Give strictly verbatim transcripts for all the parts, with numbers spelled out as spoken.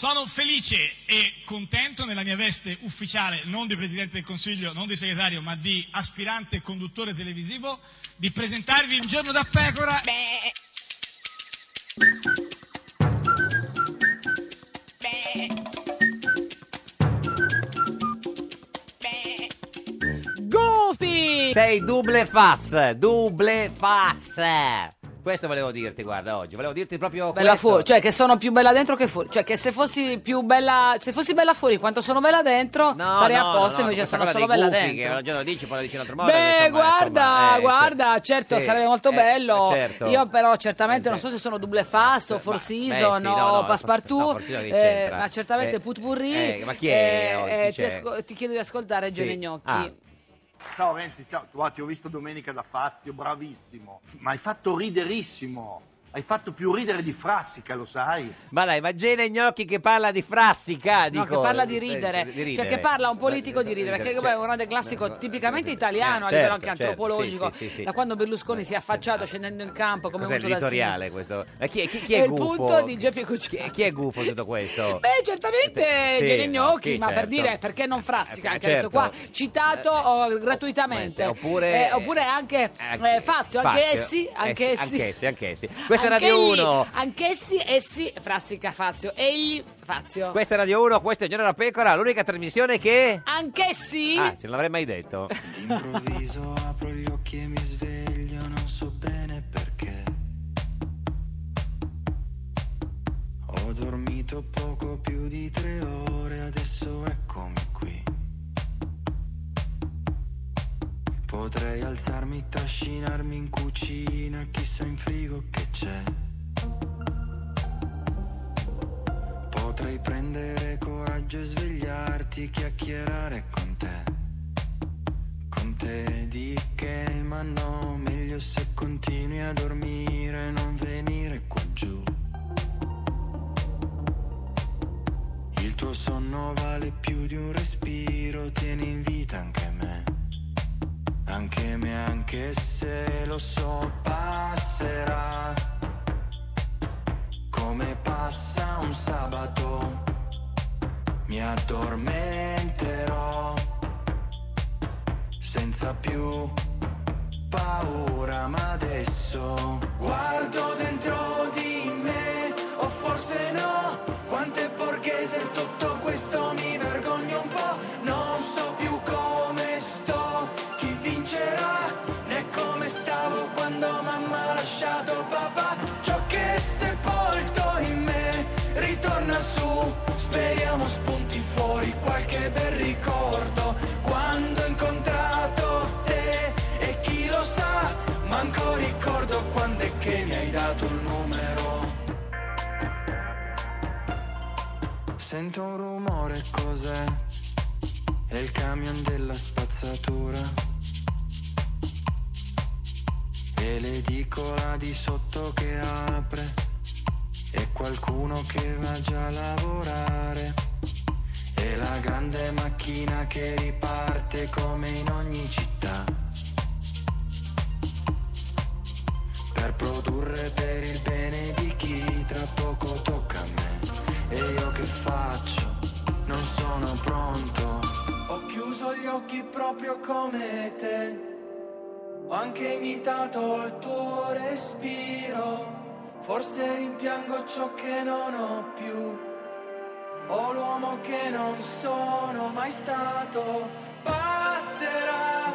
Sono felice e contento nella mia veste ufficiale, non di Presidente del Consiglio, non di segretario, ma di aspirante conduttore televisivo, di presentarvi Un giorno da pecora. Beh. Goofy! Sei double fas, double fas. Questo volevo dirti, guarda, oggi. Volevo dirti proprio Bella questo. fuori, cioè che sono più bella dentro che fuori. Cioè che se fossi più bella, se fossi bella fuori quanto sono bella dentro, No, sarei no, a posto, no, no, invece questa sono cosa solo dei bella gufi, dentro. che un giorno lo dici, poi lo dici in un altro modo. Beh, insomma, guarda, insomma, eh, guarda, cioè, certo, sì, sarebbe molto eh, bello. certo. Io però certamente Eh, non so se sono double fast o four beh, season sì, o no, no, passepartout, no, Four Seasons che eh, c'entra? ma certamente Eh, putpurri. eh, ma chi è? Oh, chi eh, ti, c'è? asco- ti chiedo di ascoltare Sì. Gianni Gnocchi. Ah. Ciao Renzi, ciao, tu, ah, ti ho visto domenica da Fazio, bravissimo, ma hai fatto riderissimo, hai fatto più ridere di Frassica, lo sai? Ma dai, ma Gene Gnocchi che parla di Frassica, No, dico, che parla di eh, ridere. di ridere. Cioè che parla un politico di ridere, che è un grande classico tipicamente italiano, a certo, livello anche certo, antropologico, sì, sì, sì, sì. da quando Berlusconi si è affacciato scendendo in campo come Cos'è venuto dal l'editoriale sindaco. questo? Eh, chi, è- chi, chi è, È il gufo? punto di Geppi Chi, Cucciari. chi è gufo in tutto questo? Beh, certamente Sì, Gene Gnocchi, no, chi, ma per certo. dire perché non Frassica, Eh, anche certo. adesso qua citato oh, gratuitamente. Oppure- Eh, oppure anche Anche- eh, Fazio, anche Fazio. essi, anche Eh, essi. Anch'essi, anch'essi. Questa è Anche Radio egli, uno. Anch'essi, essi, Frassica, Fazio, egli, Fazio. Questa è Radio uno, questo è Giorno da Pecora, l'unica trasmissione che... Anch'essi? Ah, se non l'avrei mai detto. D'improvviso apro gli occhi e mi sveglio, non so bene perché. Ho dormito poco più di tre ore, adesso eccomi qui. Potrei alzarmi, trascinarmi in cucina, chissà in frigo che c'è. Potrei prendere coraggio e svegliarti, chiacchierare con te. Con te di che, ma no, meglio se continui a dormire, non venire qua giù. Il tuo sonno vale più di un respiro, tieni in vita anche me. Anche me, anche se lo so, passerà. Come passa un sabato, mi addormenterò senza più paura, ma adesso guardo dentro di me, o forse no, quante borghese tutto questo mi vergogno un po', non so più come sto, chi vincerà, né come stavo quando mamma ha lasciato papà, ciò che è sepolto in me ritorna su, speriamo spunti fuori qualche bel ricordo, quando ho incontrato te e chi lo sa, manco ricordo quando è che mi hai dato il numero. Sento un rumore, cos'è? È il camion della spazzatura e l'edicola di sotto che apre e qualcuno che va già a lavorare e la grande macchina che riparte come in ogni città per produrre per il bene di chi tra poco tocca a me. E io che faccio? Non sono pronto. Ho chiuso gli occhi proprio come te, ho anche imitato il tuo respiro, forse rimpiango ciò che non ho più, ho l'uomo che non sono mai stato. Passerà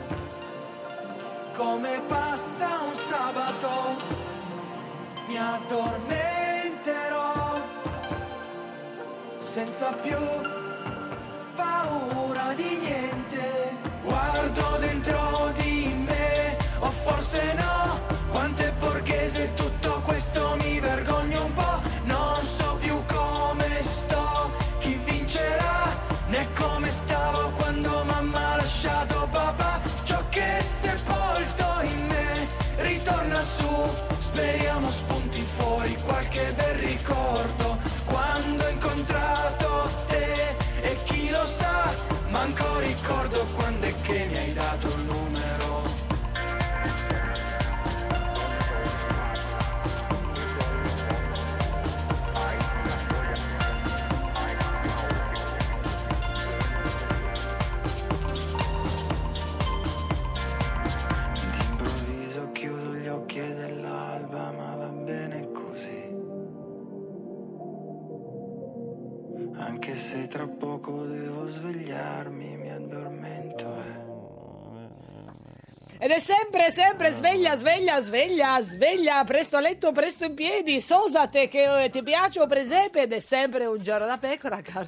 come passa un sabato, mi addormenterò senza più paura di niente. Guardo dentro di me, o forse no, quante borghese tutto questo mi vergogno un po', non so più come sto, chi vincerà, né come stavo quando mamma ha lasciato papà, ciò che è sepolto in me ritorna su, speriamo spunti fuori qualche bel ricordo, quando ho incontrato te e chi lo sa, manco ricordo quando è che mi hai dato il numero. anche se tra poco devo svegliarmi, mi addormento. Eh. Ed è sempre, sempre sveglia, sveglia, sveglia, sveglia, presto a letto, presto in piedi, sosate che eh, ti piace o presepe, ed è sempre un giorno da pecora, caro.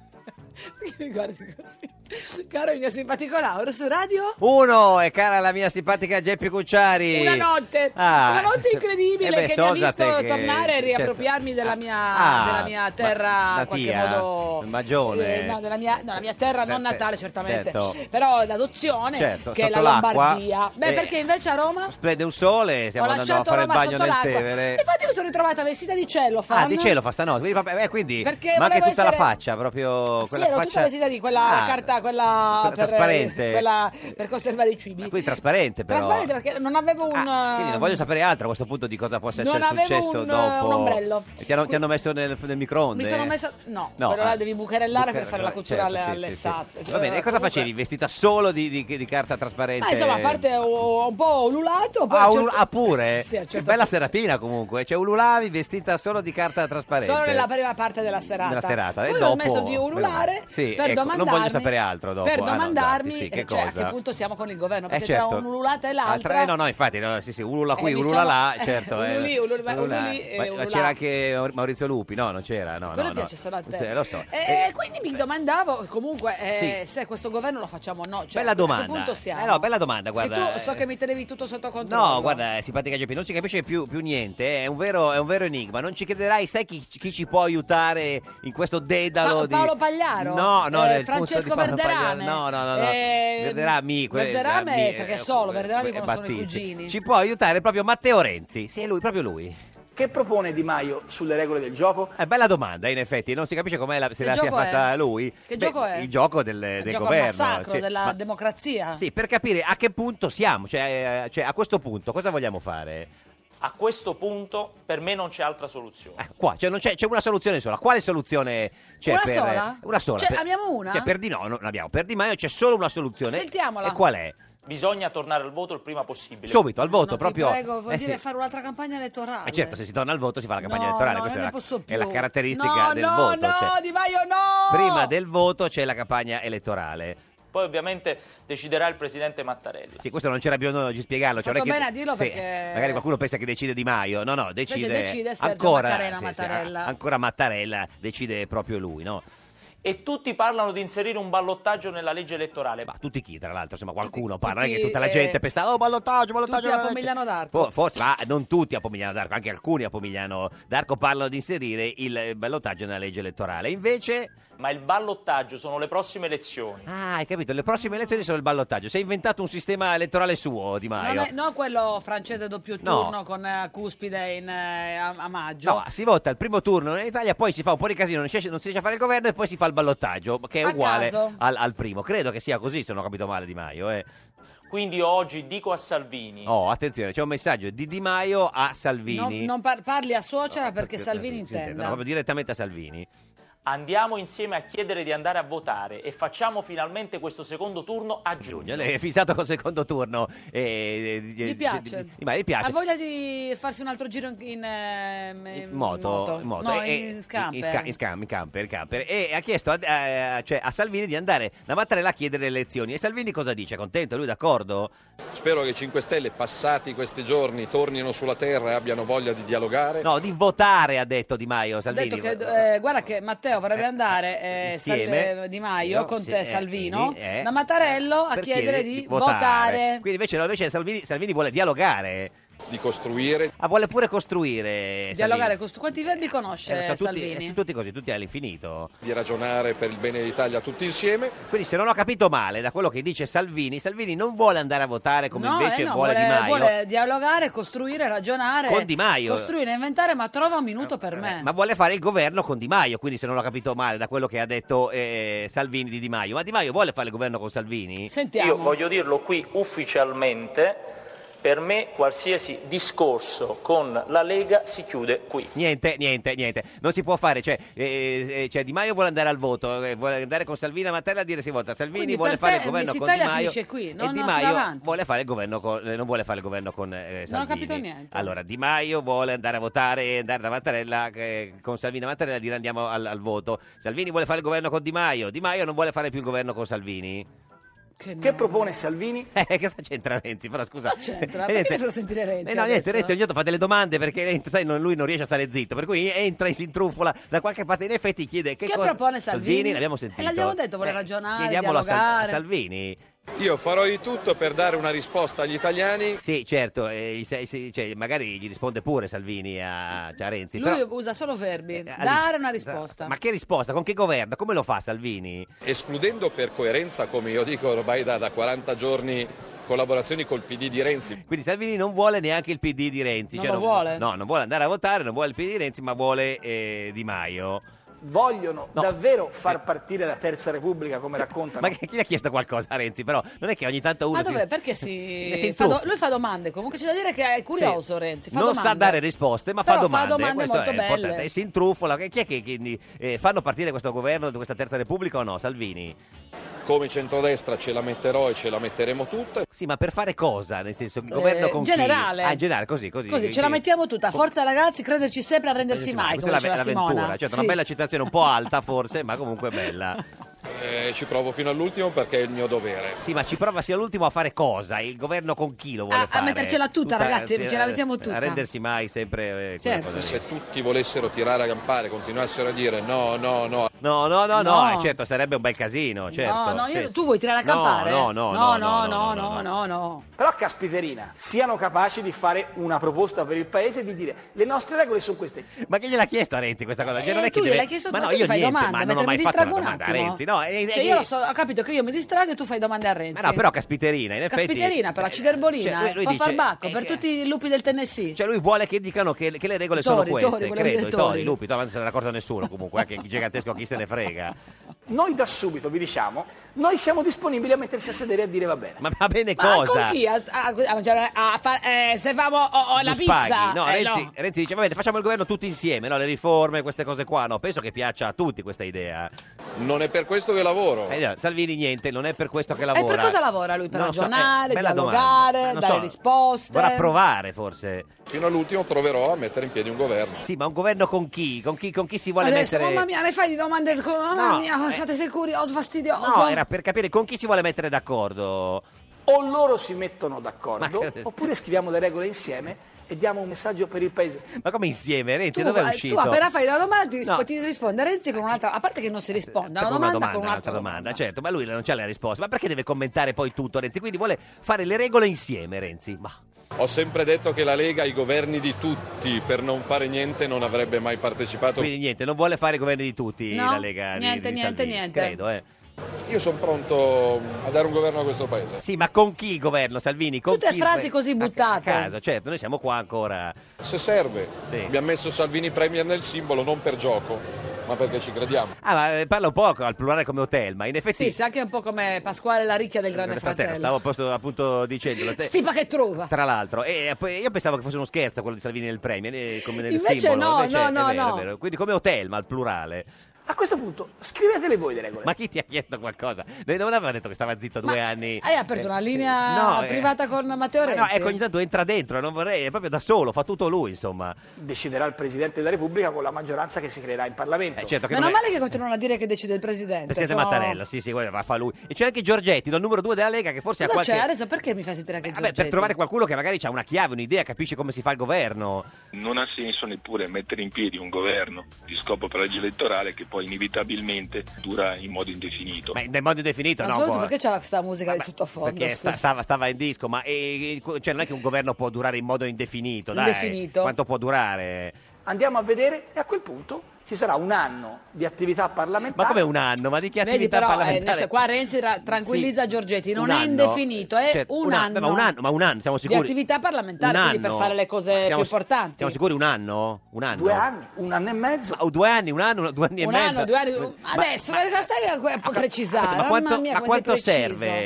Perché mi guardi così? Caro il mio simpatico Lauro, su radio? Uno, e cara la mia simpatica Geppi Cucciari. Una notte, Ah. una notte incredibile Eh beh, che mi ha visto sosate che- tornare e certo. riappropriarmi della mia, Ah, della mia terra, ma- in qualche natia? modo... Magione? Eh, no, della mia, no, la mia terra non Certo, natale certamente, certo. però l'adozione, Certo, che è la sotto l'acqua. Lombardia. Beh, Eh, perché invece a Roma... Splende un sole, stiamo Ho andando a lasciato fare il Roma bagno sotto nel l'acqua. Tevere. Infatti mi sono ritrovata vestita di cellophane. Ah, di cielo fa stanotte, quindi, vabbè, eh, quindi Perché ma anche volevo tutta la essere- faccia, proprio Sì, quella ero faccia... tutta vestita di quella Ah, carta, quella quella per, trasparente. quella per conservare i cibi. Quindi trasparente però. Trasparente perché non avevo un... Ah, quindi non voglio sapere altro a questo punto di cosa possa Non essere avevo successo un- dopo. un ombrello. E Ti hanno, ti hanno messo nel, nel microonde? Mi sono messa... No, No, quello ah. là devi bucherellare per Bucher- fare la cottura alle, certo, sì, alle sì, sì. sat. Va bene, e cosa Comunque- facevi? Vestita solo di, di- di carta trasparente? Ma insomma, a parte ho un po' ululato, poi Ah, a un ulu- certo- ah, pure? Sì, a un Che certo bella punto- seratina comunque. Cioè ululavi vestita solo di carta trasparente. Solo nella prima parte della serata. Della serata. Poi e ho dopo... smesso di ululare Sì, per ecco, domandarmi... non voglio sapere altro dopo. Per Ah, no, domandarmi infatti, sì, che cioè, a cosa? che punto siamo con il governo, Eh, perché certo. tra un'ululata e l'altra... Altra- eh, no, no, infatti, no, sì, sì, ulula qui, Eh, mi ulula sono- là, eh, certo. eh. ululi, ululi, ma Ulula. ululi e Ma- ma ulula. c'era anche Maurizio Lupi, no, non c'era, no, Quello no, piace no. solo a te. Sì, lo so. E quindi mi domandavo, comunque, eh, Sì. se questo governo lo facciamo o no. Cioè, Bella a che domanda. punto siamo? Eh no, bella domanda, guarda. Che tu so che mi tenevi tutto sotto controllo. No, guarda, simpatica Geppi, non si capisce più, più niente, eh, è un, vero, è un vero enigma. Non ci chiederai, sai chi, chi ci può aiutare in questo dedalo Pa- di... Paolo Pagliaro? No, no, Eh, nel punto Francesco di Paolo Verderame? Pagliaro. No, no, no, no. Eh, Verderami, que- Verderame Verderami, perché eh, solo, Verderami eh, quando sono i Battisti. cugini. Ci può aiutare proprio Matteo Renzi. Sì, è lui, proprio lui. Che propone Di Maio sulle regole del gioco? È bella domanda, in effetti, non si capisce come la, se Che la sia gioco è? fatta lui. Che Beh, gioco è? Il gioco del, Il del gioco al governo. massacro sì. della Ma- democrazia. Sì, per capire a che punto siamo, cioè, eh, cioè, a questo punto cosa vogliamo fare? A questo punto per me non c'è altra soluzione. Eh, qua, cioè non c'è, c'è una soluzione sola. Quale soluzione c'è Una per sola? una sola? Cioè, per, abbiamo una? Cioè, per di no, non abbiamo. Per Di Maio c'è solo una soluzione. Sentiamola. E qual è? Bisogna tornare al voto il prima possibile. Subito al voto, No, proprio. ti prego, vuol eh, dire sì. fare un'altra campagna elettorale. Eh, certo, se si torna al voto si fa la campagna No, elettorale, no, questa non è, ne la, posso è la più. caratteristica No, del no, voto. no, cioè, Di Maio no! prima del voto c'è la campagna elettorale. Poi ovviamente deciderà il presidente Mattarella. Sì, questo non c'era bisogno di spiegarlo. Cioè, Fatto non è che- bene a dirlo sì, perché- magari qualcuno pensa che decide Di Maio. No, no, decide, decide Sergio ancora, Macarena sì, sì, Mattarella. ancora Mattarella, decide proprio lui, no? E tutti parlano di inserire un ballottaggio nella legge elettorale. Ma tutti chi, tra l'altro, insomma, qualcuno Tutti- parla, non è che tutti, tutta la eh, gente pesta, oh, ballottaggio, ballottaggio. tutti a nella legge". Pomigliano d'Arco. For- Forse, ma non tutti a Pomigliano d'Arco, anche alcuni a Pomigliano d'Arco parlano di inserire il ballottaggio nella legge elettorale. Invece... Ma il ballottaggio sono le prossime elezioni. Ah, hai capito, le prossime elezioni sono il ballottaggio. Si è inventato un sistema elettorale suo, Di Maio. Non è, no quello francese doppio No. turno con eh, cuspide in, eh, a, a maggio. No, si vota il primo turno in Italia, poi si fa un po' di casino, non si riesce, non si riesce a fare il governo e poi si fa il ballottaggio, che è A uguale caso. al, al primo. Credo che sia così, se non ho capito male Di Maio. Eh. Quindi oggi dico a Salvini, Oh, attenzione, c'è un messaggio di Di Maio a Non, Salvini. non par- parli a suocera No, perché Salvini si intende, no, intenda. proprio direttamente a Salvini. andiamo insieme a chiedere di andare a votare e facciamo finalmente questo secondo turno a giugno. Giugno, lei è fissato col secondo turno. E, Gli piace? Di, di, ma gli piace. Ha voglia di farsi un altro giro in, in, ehm, in moto, in moto. No, E- in scamper. in, sca- in scam- in camper, in camper. E ha chiesto a, a- cioè a Salvini di andare da Mattarella a chiedere le elezioni. E Salvini cosa dice? È contento? Lui d'accordo? Spero che i cinque Stelle, passati questi giorni, tornino sulla terra e abbiano voglia di dialogare. No, di votare, ha detto Di Maio. Ha Salvini. detto che, eh, guarda che Matteo vorrebbe andare eh, insieme. Sal- eh, Di Maio con Sì, te eh, Salvino sì, eh, da Mattarello a per chiedere di, votare. votare. Quindi invece, no, invece Salvini, Salvini vuole dialogare. Di costruire. Ah, vuole pure costruire. Dialogare Salvini. con stu- quanti verbi conosce Eh, so, tutti, Salvini? eh, tutti così, tutti all'infinito. Di ragionare per il bene d'Italia tutti insieme. Quindi se non ho capito male da quello che dice Salvini, Salvini non vuole andare a votare come No, invece eh no, vuole, Di Maio. vuole dialogare, costruire, ragionare Con Di Maio. costruire, inventare, ma trova un minuto per me. Ma vuole fare il governo con Di Maio, quindi se non l'ho capito male da quello che ha detto eh, Salvini di Di Maio. Ma Di Maio vuole fare il governo con Salvini? Sentiamo. Io voglio dirlo qui ufficialmente Per me qualsiasi discorso con la Lega si chiude qui. Niente, niente, niente. Non si può fare. Cioè, eh, eh, cioè Di Maio vuole andare al voto, eh, vuole andare con Salvini a Mattarella a dire si vota. Salvini Quindi vuole per fare te il governo Miss con Di Italia Maio. finisce qui, non- e Di non si va Maio avanti. vuole fare il governo con, eh, non vuole fare il governo con eh, Salvini. Non ho capito niente. Allora, Di Maio vuole andare a votare e andare da Mattarella eh, con Salvini a Mattarella a dire andiamo al, al voto. Salvini vuole fare il governo con Di Maio. Di Maio non vuole fare più il governo con Salvini. Che, Che propone Salvini? Eh, cosa c'entra Renzi? Però scusa. Cosa c'entra? Eh, Perché niente. mi devo sentire Renzi Eh, no, niente, adesso? Renzi ogni tanto fa delle domande perché eh, sai, non- lui non riesce a stare zitto, per cui entra e si intruffola da qualche parte, in effetti chiede che, Che cosa... propone Salvini? l'abbiamo sentito. Eh, l'abbiamo detto, vuole ragionare, chiediamolo a, Sal- dialogare. a Salvini. Io farò di tutto per dare una risposta agli italiani. Sì, certo, eh, se- se- cioè, magari gli risponde pure Salvini a, cioè, a Renzi. Lui però- usa solo verbi. eh, Dare una risposta. Ma che risposta? Con che governo? Come lo fa Salvini? Escludendo per coerenza, come io dico ormai da, da quaranta giorni, collaborazioni col P D di Renzi. Quindi Salvini non vuole neanche il P D di Renzi. Non cioè lo vuole? No, non vuole andare a votare, non vuole il P D di Renzi, ma vuole eh, Di Maio. Vogliono No. davvero far partire la Terza Repubblica come raccontano? Ma chi chi ha chiesto qualcosa a Renzi? Però non è che ogni tanto uno Ma si- dov'è? Perché si... Eh, si fa do- intruffa. Lui fa domande, comunque c'è da dire che è curioso Sì. Renzi, fa non domande. sa dare risposte, ma Però fa domande. fa domande Questo molto è belle. importante. E si intrufola. Chi è che, che eh, fanno partire questo governo, questa terza repubblica o no? Salvini? Come centrodestra ce la metterò e ce la metteremo tutta. Sì, ma per fare cosa? Nel senso, il governo Eh, con generale. chi? Ah, in generale, così, così. Così, ce la mettiamo tutta. Forza ragazzi, crederci sempre a rendersi mai, Questa come è la- diceva l'avventura. Simona. Cioè, Sì. una bella citazione un po' alta forse, ma comunque bella. Eh, ci provo fino all'ultimo perché è il mio dovere. Sì, ma ci prova sia l'ultimo a fare cosa? Il governo con chi lo vuole A- a fare? mettercela tutta, ragazzi, ce la mettiamo A tutta. rendersi mai sempre eh, quella Certo. cosa lì. Se tutti volessero tirare a campare, continuassero a dire no, no, no. No, no, no, no, No. eh, certo, sarebbe un bel casino, certo. No, no, io- Sì, tu vuoi tirare a campare? No, no, no, no, no, no, no, no, no. Però caspiterina, siano capaci di fare una proposta per il paese e di dire le nostre regole sono queste. Ma chi gliel'ha chiesto a Renzi questa cosa? Cioè, Eh, non è che tu deve- gliel'hai chiesto, ma ma no, tu gli io fai niente, domande, ma non ho mentre mai mi fatto una distraggo un domanda a attimo. Renzi. No, e- Cioè, e- io lo so, ho capito che io mi distraggo e tu fai domande a Renzi. Ma no, però caspiterina, in effetti. Caspiterina, però, eh, ciderbolina, cioè, lui- eh, lui fa dice- far bacco eh, per che- tutti i lupi del Tennessee. Cioè lui vuole che dicano che, che le regole I sono tori, i queste, tori, volevo credo, dire i tori, tori. i lupi, ma non se ne è accorto nessuno comunque, anche il gigantesco chi se ne frega. Noi da subito vi diciamo, noi siamo disponibili a mettersi a sedere e a dire va bene. Ma va bene Ma cosa? con chi? A, a, a mangiare- a far- eh, se famo oh, oh, la Tu pizza. spaghi. No, Eh, Renzi, no. Renzi dice, va bene, facciamo il governo tutti insieme, no? Le riforme, queste cose qua, no? Penso che piaccia a tutti questa idea. Non è per questo che lavoro. Eh, no, Salvini niente, non è per questo che E lavora. per cosa lavora lui? Per Non lo so, eh, ragionare, bella dialogare, domanda. Non dare so, risposte? Vorrà provare forse. Fino all'ultimo proverò a mettere in piedi un governo. Sì, ma un governo con chi? Con chi, con chi si vuole Adesso, mettere... mamma mia, le fai di domande, scu- mamma No, mia, eh. state sicuri, oh, fastidioso. No, era per capire con chi si vuole mettere d'accordo. O loro si mettono d'accordo, Ma- oppure scriviamo le regole insieme e diamo un messaggio per il paese. Ma come insieme? Renzi, Tu, dove è fai- uscito? tu appena fai una domanda ti, rispo- No. ti risponde Renzi con un'altra, a parte che non si risponde, una Con domanda, con un'altra domanda, certo, ma lui non c'ha le risposte. Ma perché deve commentare poi tutto Renzi? Quindi vuole fare le regole insieme Renzi. Ma Ho sempre detto che la Lega ai governi di tutti per non fare niente non avrebbe mai partecipato. quindi niente, non vuole fare i governi di tutti No, la Lega di- niente, di niente, Salvini, niente. credo, eh. Io sono pronto a dare un governo a questo paese. Sì, ma con chi il governo, Salvini? Con Tutte chi? frasi così A- buttate. A caso, certo, noi siamo qua ancora. Se serve. Sì. Abbiamo messo Salvini Premier nel simbolo non per gioco, ma perché ci crediamo. Ah, ma eh, parla un po' al plurale come hotel, ma in effetti... Sì, sì, anche un po' come Pasquale La Ricchia del Grande Fratello. Stavo apposto- appunto dicendolo. Te- Stipa che trova. Tra l'altro, e poi io pensavo che fosse uno scherzo quello di Salvini nel Premier, eh, come nel Invece simbolo. no, Invece no, è no, vero, no. è vero. Quindi come hotel, ma al plurale. A questo punto scrivetele voi le regole. Ma chi ti ha chiesto qualcosa? Non aveva detto che stava zitto due anni. Hai aperto Eh, una linea no, eh. privata con Matteo Ma Renzi? no, ecco, ogni tanto entra dentro, non vorrei, è proprio da solo, fa tutto lui, insomma. Deciderà il Presidente della Repubblica con la maggioranza che si creerà in Parlamento. Eh, certo che Meno non è... male che continuano a dire che decide il Presidente. Presidente sono- Mattarella, sì, sì, guarda, fa lui. E c'è anche Giorgetti, il numero due della Lega, che forse Cosa ha qualche... c'è adesso? Perché mi fai sentire anche Vabbè, Giorgetti? per trovare qualcuno che magari ha una chiave, un'idea, capisce come si fa il governo. Non ha senso neppure mettere in piedi un governo di scopo per legge elettorale che poi inevitabilmente dura in modo indefinito. Ma nel modo indefinito, Ma no? soprattutto può- perché c'è questa musica di Vabbè, sottofondo? Perché sta- scusa? stava, stava in disco, ma eh, cioè, non è che un governo può durare in modo indefinito, dai. Indefinito. Quanto può durare? Andiamo a vedere e a quel punto ci sarà un anno di attività parlamentare. Ma come un anno? Ma di che Vedi attività però, eh, parlamentare? adesso qua Renzi ra- tranquillizza Sì. Giorgetti, non Un è anno? indefinito, è Certo, un, an- anno, ma un anno, ma un anno, siamo di sicuri? attività parlamentare, Un quindi per anno? fare le cose Siamo- più importanti. Siamo sicuri un anno? Un anno? Due anni, un anno e mezzo. Ma, oh, due anni, un anno, due anni Un e mezzo. anno, due anni, Ma- adesso, ma- stai a que- precisare, ma quanto, mamma mia, ma come sei quanto preciso. serve?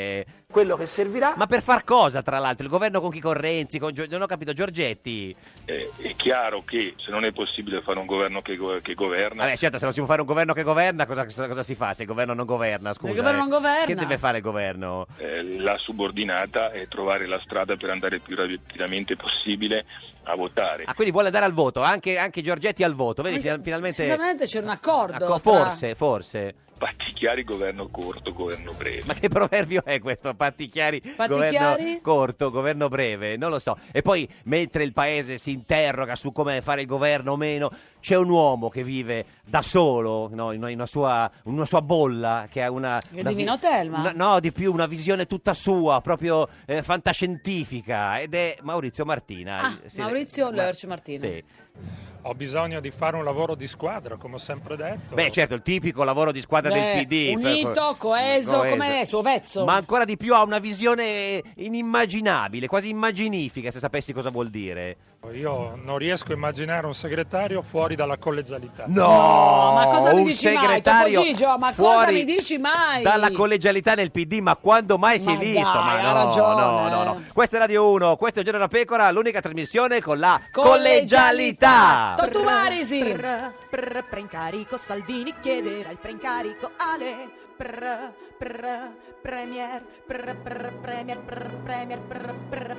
quello che servirà. Ma per far cosa, tra l'altro? Il governo con chi? Con Renzi? Con Gio- non ho capito, Giorgetti? Eh, è chiaro che se non è possibile fare un governo che, go- che governa... Vabbè, certo, se non si può fare un governo che governa, cosa, cosa si fa se il governo non governa? Scusa, il governo eh. non governa. Che deve fare il governo? Eh, la subordinata è trovare la strada per andare più rapidamente possibile a votare. Ah, quindi vuole andare al voto, anche, anche Giorgetti al voto, vedi, fin- finalmente... Precisamente c'è un accordo. Acco- tra- forse, forse. Patti chiari, governo corto, governo breve. Ma che proverbio è questo? Patti chiari, Patti governo chiari? corto, governo breve, non lo so. E poi, mentre il paese si interroga su come fare il governo o meno, c'è un uomo che vive da solo, no, in una sua, una sua bolla, che ha una... Che una divino Telma? una- no, di più, una visione tutta sua, proprio eh, fantascientifica, ed è Maurizio Martina. Ah, Sì, Maurizio guarda- Lerch Martina. Sì. Ho bisogno di fare un lavoro di squadra, come ho sempre detto. Beh, certo, il tipico lavoro di squadra Beh, del P D. unito, coeso, come è, suo vezzo. Ma ancora di più ha una visione inimmaginabile, quasi immaginifica, se sapessi cosa vuol dire. Io non riesco a immaginare un segretario fuori dalla collegialità. No, ma cosa mi un dici mai, segretario Topo Gigio? Ma fuori cosa mi dici mai? dalla collegialità nel P D, ma quando mai si è Ma visto? dai, ma ha no, ragione. no, no, no. Questa è Radio uno, questo è Il Giorno da Pecora, l'unica trasmissione con la Collegialità. collegialità. Totumarisi. Prr, prr, preincarico Salvini chiederà il preincarico Ale. Prr, prr, premier, prr, prr, premier, prr, premier, prr, prr,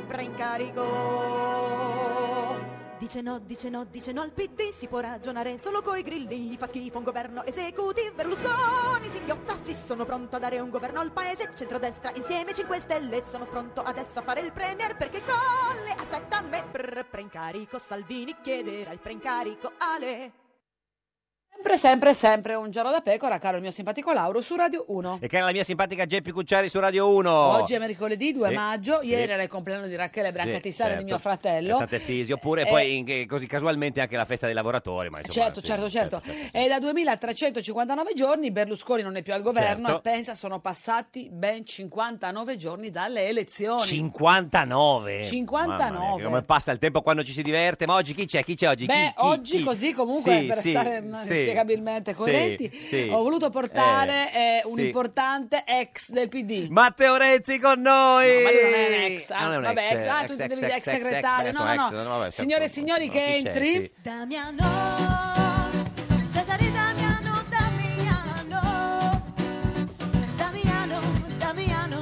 preincarico. Dice no, dice no, dice no al P D, si può ragionare solo coi grilli, gli fa schifo un governo esecutivo. Berlusconi si inghiozza, sì, sono pronto a dare un governo al paese. Centrodestra insieme cinque Stelle, sono pronto adesso a fare il premier perché il Colle aspetta a me. Prr, preincarico Salvini chiederà il preincarico Ale. Sempre, sempre, sempre un giorno da pecora, caro il mio simpatico Lauro, su Radio uno. E cara la mia simpatica Geppi Cucciari su Radio uno. Oggi è mercoledì due Sì, maggio, sì. ieri era il compleanno di Rachele Brancatissare, Sì, di certo. mio fratello. Sante Fisi, oppure Eh, poi in- che- così casualmente anche la festa dei lavoratori. Ma insomma, Certo, sì, certo, certo. E da duemilatrecentocinquantanove giorni Berlusconi non è più al governo Certo. e pensa sono passati ben cinquantanove giorni dalle elezioni. cinquantanove. cinquantanove. Mamma mia, come passa il tempo quando ci si diverte. Ma oggi chi c'è? Chi c'è oggi? Beh, Chi- chi- oggi chi? così comunque Sì, per sì, stare sì, inspiegabilmente sì, coerenti sì. ho voluto portare Eh, eh, un sì. importante ex del P D. Matteo Renzi con noi. No, ma lui non è un ex, ah, Ah, non è un vabbè, ex, ex, ah, ex, tu ex, devi ex, dire ex, ex ex, segretario, ex, no, no, ex, no. no, vabbè, certo, Signore e signori, no, che chi c'è, entri. sì. Damiano, Cesare Damiano, Damiano, Damiano, Damiano,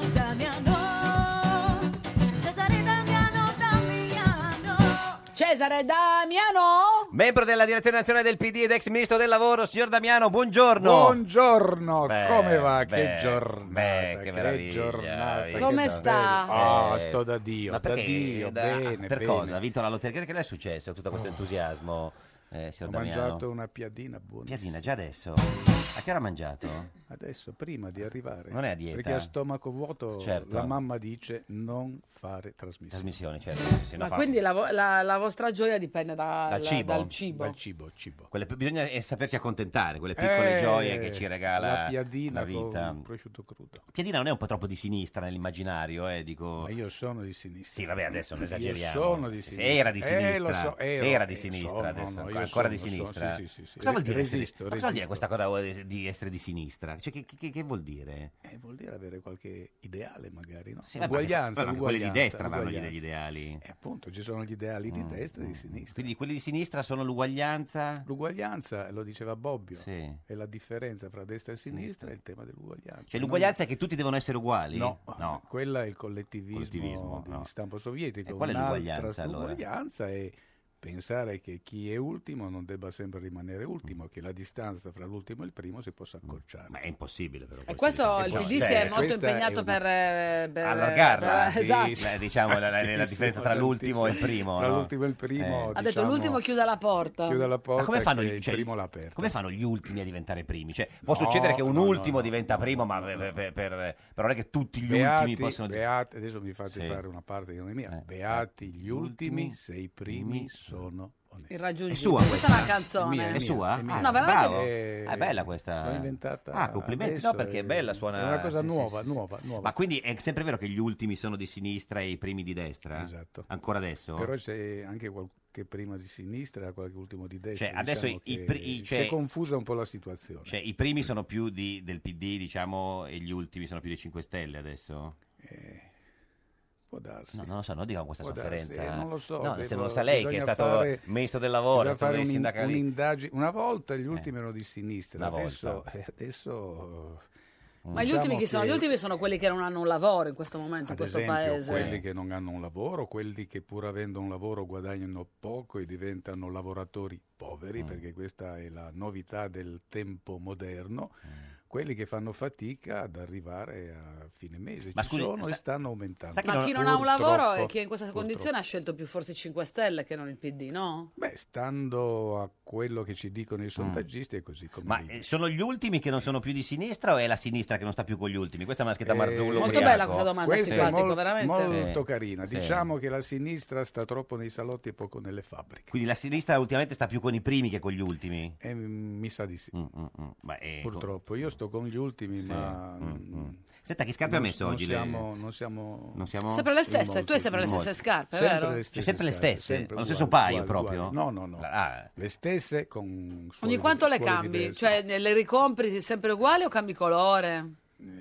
Damiano, Cesare Damiano, Damiano. Cesare Damiano. Membro della direzione nazionale del P D ed ex ministro del lavoro, signor Damiano, buongiorno. Buongiorno, Beh, come va? beh, che giornata, beh, che meraviglia, giornata. vedi. che Come bello. sta? Ah, Eh, sto da Dio, ma da perché? Dio, Da- bene, per bene. cosa? Ha vinto la lotteria? Che le è successo? Tutto questo Oh. entusiasmo, eh, signor Ho Damiano? mangiato una piadina buona. Piadina, già adesso? A che ora ha mangiato? Adesso, prima di arrivare. Non è a dieta? Perché a stomaco vuoto Certo. la mamma dice non fare trasmissioni. Trasmissioni, certo. sì, sì, no, Ma fa- quindi la, vo- la- la vostra gioia dipende da- Dal cibo? dal cibo. Dal cibo, cibo. Quelle- bisogna eh, sapersi accontentare, quelle piccole Eh, gioie che ci regala la piadina la vita. con prosciutto crudo. Piadina non è un po' troppo di sinistra nell'immaginario, eh, dico... Ma io sono di sinistra. Sì, vabbè, adesso non Io esageriamo. sono di Sì, sì, sinistra. Era di Eh, sinistra. lo so, ero, Era di eh, sinistra sono, adesso, no, ancora io ancora di sono, sinistra. sono, sì, sì, sì, sì. Cosa vuol dire, essere- Resisto, ma cosa vuol dire resisto. questa cosa di essere di sinistra? Cioè, che, che- che vuol dire? Eh, vuol dire avere qualche ideale magari, no? Sì, vabbè, uguaglianza, ma anche quelli di uguaglianza, destra vanno gli- uguaglianza. degli ideali. E appunto ci sono gli ideali di Mm, destra e di mm. sinistra. Quindi quelli di sinistra sono l'uguaglianza? L'uguaglianza, lo diceva Bobbio, Sì. è la differenza fra destra e sinistra, è il tema dell'uguaglianza. Cioè Non- l'uguaglianza è che tutti devono essere uguali? No, no. quella è il collettivismo, Collettivismo, di no. stampo sovietico. E qual è Un'altra l'uguaglianza, allora? uguaglianza è pensare che chi è ultimo non debba sempre rimanere ultimo, che la distanza fra l'ultimo e il primo si possa accorciare. Ma è impossibile però. E questo il P D si è molto questa impegnato è per, eh, per allargarla, per- sì, esatto. eh, diciamo la, la- la differenza tra l'ultimo e il primo. Tra no? l'ultimo e il primo, Eh. Ha detto diciamo, l'ultimo chiuda la porta. chiude la porta Ma come fanno, che gli- il cioè, primo l'ha aperta. come fanno gli ultimi a diventare primi? Cioè, può No, succedere che un no, no, ultimo no, diventa no, primo, no, ma no, per, no. per- per- però non è che tutti gli Beati, ultimi possono... beati, adesso mi fate Sì. fare una parte che non è mia. Eh. Beati gli Gli ultimi, ultimi, se i primi sono onesti. Irraggiungibile. È sua Questa è una canzone. mia, È mia, sua? è mia. Ah, No, veramente- bravo. Eh, Ah, è bella questa. l'ho inventata Ah, complimenti. adesso, No, perché è bella, suona... è una cosa sì, sì, nuova, sì, sì. nuova, nuova. Ma quindi è sempre vero che gli ultimi sono di sinistra e i primi di destra? Esatto. Ancora adesso? Però c'è anche qualche prima di sinistra, qualche ultimo di destra. Cioè, adesso diciamo i- i che pri- i- si è cioè- confusa un po' la situazione. Cioè, i primi sono più di- del P D, diciamo, e gli ultimi sono più dei cinque Stelle adesso? Eh, può darsi. No, non lo so, non dico questa Può sofferenza. darsi, eh, non lo so. No, devo- se non lo sa lei, che è bisogna stato fare- ministro del lavoro, bisogna è stato fare dei un'in- sindacali- un'indagine. Una volta gli ultimi erano di sinistra, Una adesso, volta. eh, adesso Ma gli diciamo ultimi chi sono? che- Gli ultimi sono quelli che non hanno un lavoro in questo momento, in Ad questo esempio, paese. quelli che non hanno un lavoro, quelli che pur avendo un lavoro guadagnano poco e diventano lavoratori poveri, Mm. perché questa è la novità del tempo moderno, quelli che fanno fatica ad arrivare a fine mese. Ma Ci scusi, sono sa- e stanno aumentando. Ma chi non ha un lavoro Purtroppo- e chi è in questa condizione ha scelto più forse i cinque Stelle che non il P D, no? Beh, stando a quello che ci dicono i sondaggisti è così come Ma lì. eh, sono gli ultimi che non sono più di sinistra o è la sinistra che non sta più con gli ultimi? Questa è una scritta Eh, Marzullo. Molto ubriaco. bella questa domanda, Questa è simpatico, mol- veramente. molto Sì. carina. Sì. Diciamo che la sinistra sta troppo nei salotti e poco nelle fabbriche. Quindi la sinistra ultimamente sta più con i primi che con gli ultimi? Eh, mi sa di sì. Mm, mm, mm. Ma, eh, Purtroppo, io sto con gli ultimi, Sì. ma Mm, mm, mm. Senta, che scarpe ha non- messo non oggi? lei? Siamo, non siamo, Non siamo... Sempre le in stesse, molti, tu hai sempre le in stesse molti. scarpe, Sempre vero? le Cioè, stesse sempre le scarpe, stesse? sempre Lo uguali, stesso paio uguali, proprio? uguali. No, no, no. Ah. Le stesse con Ogni suoni quanto di- le suoni cambi? diversi. Cioè le ricompri sempre uguali o cambi colore?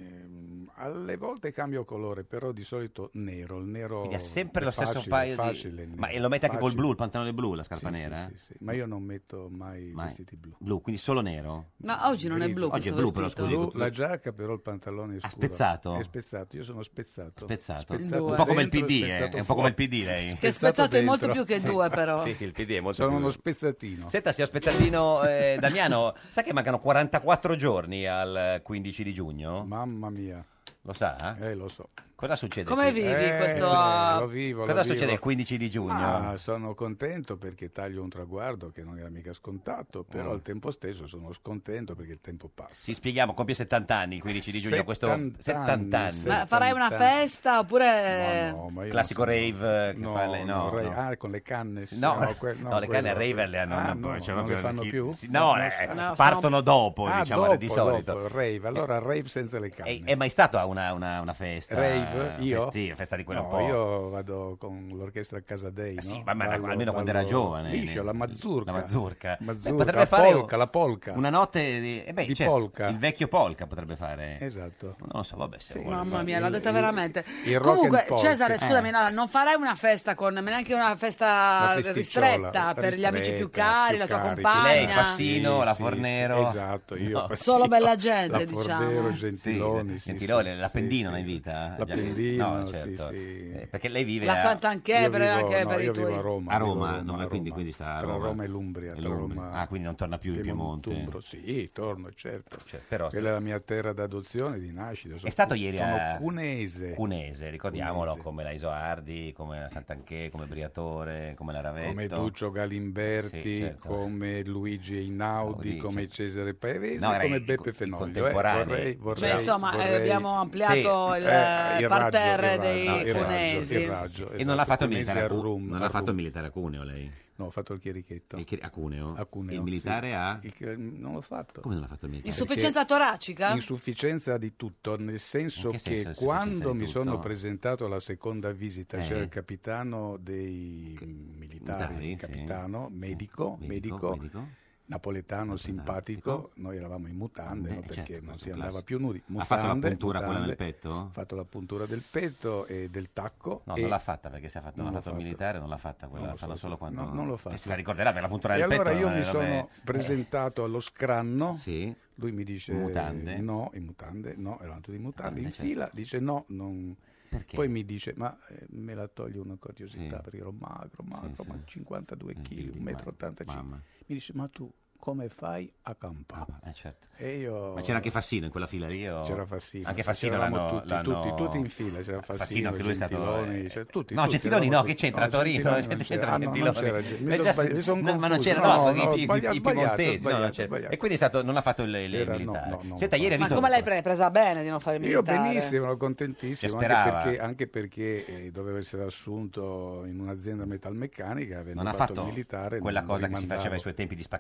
Alle volte cambio colore, però di solito nero. Il nero Quindi ha sempre è lo stesso facile, paio facile, di... il Ma nero, e lo mette anche col facile. blu, il pantalone blu, la scarpa Sì, nera? sì, sì, sì. Ma io non metto mai, Mai. vestiti blu. Blu, quindi solo nero? Ma oggi non è blu Oggi questo è blu, però, vestito. scusi. Blu, la giacca, però il pantalone è Ha scuro. spezzato? È spezzato, io sono spezzato. Spezzato? Spezzato Un po' come il P dentro, D, eh? spezzato È un po' come il fuori. P D lei? Che spezzato è molto dentro. più che due, però. Sì, sì, il P D è molto Sono più... uno spezzatino. Senta, signor Spezzatino eh, Damiano, sa che mancano quarantaquattro giorni al quindici di giugno? Mamma mia. Lo sa? Eh, lo so. Cosa succede? Come qui? vivi Eh, questo? lo vivo, Cosa lo succede vivo. il quindici di giugno? Ma sono contento perché taglio un traguardo che non era mica scontato, però Mm. al tempo stesso sono scontento perché il tempo passa. Ci spieghiamo, compie settanta anni il quindici di giugno, questo settanta settanta anni. anni, Ma farai una settanta festa oppure... No, no, ma io Classico non sono- rave che no, fa lei, no, no, rave- no. Ah, con le canne. sì, No, que- no, le canne a quello- rave le hanno Ah, un po', no, cioè non proprio le fanno chi- più? sì, no, Non eh, so. No, partono sono- dopo, Ah, diciamo, dopo, di solito. dopo, rave. Allora rave senza le canne. È, è mai stato a una, una, una festa? Rave? Io? Festi- festa di quella No, un po'. io vado con l'orchestra Casadei, Eh sì, no? ma- ma Ballo- almeno quando era ballo giovane. liscio, ne- la mazurka. La mazurka. Mazurka, Beh, potrebbe la fare polka, la polka. Una notte di, eh beh, Di certo, polka. Il vecchio polka potrebbe fare. Esatto. Non lo so, vabbè, se Sì. vuole Mamma fare. mia, l'ha il- detta il- veramente. il rock Comunque, and folk. Cesare, Eh. scusami, no, non farai una festa con neanche una festa Una festicciola, ristretta per gli amici più ristretta, cari, più la tua cari, compagna. Lei, Fassino, Sì, la sì, Fornero. sì, esatto, io No. Fassino, Solo bella gente, la diciamo. Fornero, Sì, Gentiloni, sì, Gentiloni, sì, l'Appendino sì, in sì. vita? L'Appendino, No, sì, certo. sì. Eh, perché lei vive La a... Sant'Anché Io per, vivo- anche no, per i io tuoi... vivo a Roma. A vivo Roma, a Roma, no, a quindi, Roma. quindi sta a Tra Roma. Roma e l'Umbria. E Tra l'Umbria. Roma Ah, quindi non torna più in Piemonte. Tumbro, sì, torno, certo. Cioè, però- Quella è la mia terra d'adozione di nascita. È sono stato cu- ieri sono a cunese. Cunese, ricordiamolo, Cunese. come la Isoardi, come la Sant'Anché, come Briatore, come la Ravetto. Come Duccio Galimberti, Sì, certo. come Luigi Einaudi, Einaudi, come certo. Cesare Paevese, No, era come i- Beppe i Fenoglio. eh, contemporanei. vorrei, vorrei, Beh, insomma, eh, vorrei- abbiamo ampliato Sì. il, Eh, il parterre raggio, dei il raggio, il raggio, cunesi. il raggio, E non esatto, l'ha fatto il Cunesi militare a, a Cu- Rum, non a l'ha fatto Rum. il militare a Cuneo lei? No, ho fatto il chierichetto. Il chi- a Cuneo? A Cuneo, E il militare sì. a? Il chi- non l'ho fatto. Come non l'ha fatto il militare? Insufficienza toracica? Insufficienza di tutto, nel senso In che che senso insufficienza quando di mi tutto? sono presentato alla seconda visita Eh. c'era il capitano dei militari, Militari, il sì. capitano, Sì. medico, Medico, medico, medico. napoletano, Simpatico. simpatico, noi eravamo in mutande, Eh, no, perché certo, non questo si è un andava classico. più nudi. Ha fatto la Mutande, puntura quella nel mutande. petto? Ho fatto la puntura del petto e del tacco. No, e non l'ha fatta perché si è fatto, non non ha l'ho fatto il fatto. militare, non l'ha fatta quella, Non la lo fanno so, solo sì. quando... No, non l'ho fatto. E se la ricorderà per la puntura E del allora petto. io non mi è robe- sono presentato allo scranno, Sì. lui mi dice In mutande? no, in mutande, no, erano tutti in mutande, Eh, in certo. fila, dice no, non... Perché? Poi mi dice, ma eh, me la toglie una curiosità, Sì. perché ero magro, magro, Sì, ma sì. cinquantadue Eh, chili, chili, un metro e ma- ottantacinque. mamma. Mi dice, ma tu come fai a campare? Eh, certo. E io... Ma c'era anche Fassino in quella fila lì? o- C'era Fassino, Anche sì, Fassino c'eravamo l'hanno, tutti, l'hanno- tutti, tutti in fila, c'era Fassino, anche lui è stato... Gentiloni, eh, cioè, tutti, no, tutti, Gentiloni no, eravamo che tutti- c'entra no, Torino? Gentiloni C'entra non c'era. c'entra Ah, no, non Gentiloni? c'era, mi Eh, sono già- sbagliato, mi sono no, ma non confuso. c'era, No, no, no, i- i- ho i- sbagliato, i sbagliato, piemontesi, no, sbagliato, non c'era. sbagliato. E quindi è stato, non ha fatto il, il C'era- no, militare. no, no, Senta, ieri ha Ma visto... come l'hai pre- presa bene di non fare il Io militare? benissimo, ero contentissimo, Si anche sperava. perché, anche perché eh, dovevo essere assunto in un'azienda metalmeccanica, avendo Non ha fatto fatto il militare. quella non cosa che si rimandavo. faceva ai suoi tempi di spaccarsi il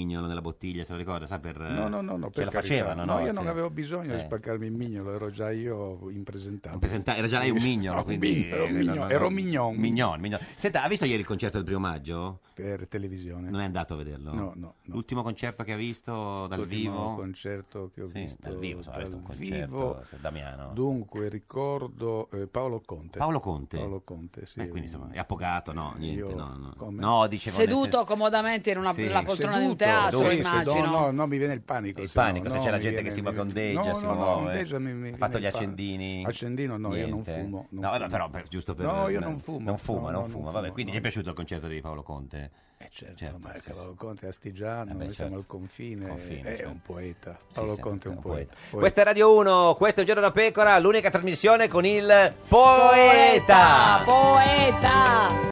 mignolo nella bottiglia, se lo ricorda, sa per... No, no, no, no, ce per la carità. facevano, no? io Sì. non avevo bisogno Eh. di spaccarmi il mignolo, ero già io impresentabile. Impresenta- era già lei un mignolo, No, quindi... mignolo, ero eh, mignon, no, no, ero no. mignon. Mignon, mignon. Senta, ha visto ieri il concerto del primo maggio? Per televisione. Non è andato a vederlo? No, no, no. L'ultimo concerto che ha visto dal L'ultimo vivo? concerto che ho Sì, visto dal vivo, insomma, ha visto un dal concerto, vivo. se Damiano. Dunque ricordo eh, Paolo Conte. Paolo Conte? Paolo Conte, sì. Eh, quindi insomma, è appogato? No, niente, Io- no, no. come? No, dicevo... nel Seduto senso- comodamente in una Sì. la poltrona di un Seduto, teatro, sì, immagino. seduto, no, no, mi viene il panico. Il se no, panico, se no, c'è la mi gente viene- che si mi- ondeggia, no, si no, no, muove. ondeggia mi- mi Ha fatto viene gli il panico. accendini? Accendino no, io non Niente? fumo. non no, vabbè, fumo. però per- giusto per... No, io non fumo. Non fuma, No, non no, fuma, non vabbè, fumo, quindi no. gli è piaciuto il concerto di Paolo Conte? Eh certo, Certo, ma sì, Paolo sì. Conte è astigiano, Eh beh, noi certo. siamo al confine, Confine, è certo. un poeta. Sì, Paolo sì, Conte è un un poeta. Poeta. Questa è Radio uno, questo è Un Giorno da Pecora, l'unica trasmissione con il poeta. Poeta!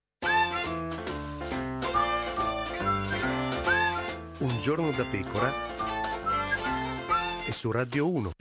Un giorno da pecora e su Radio uno.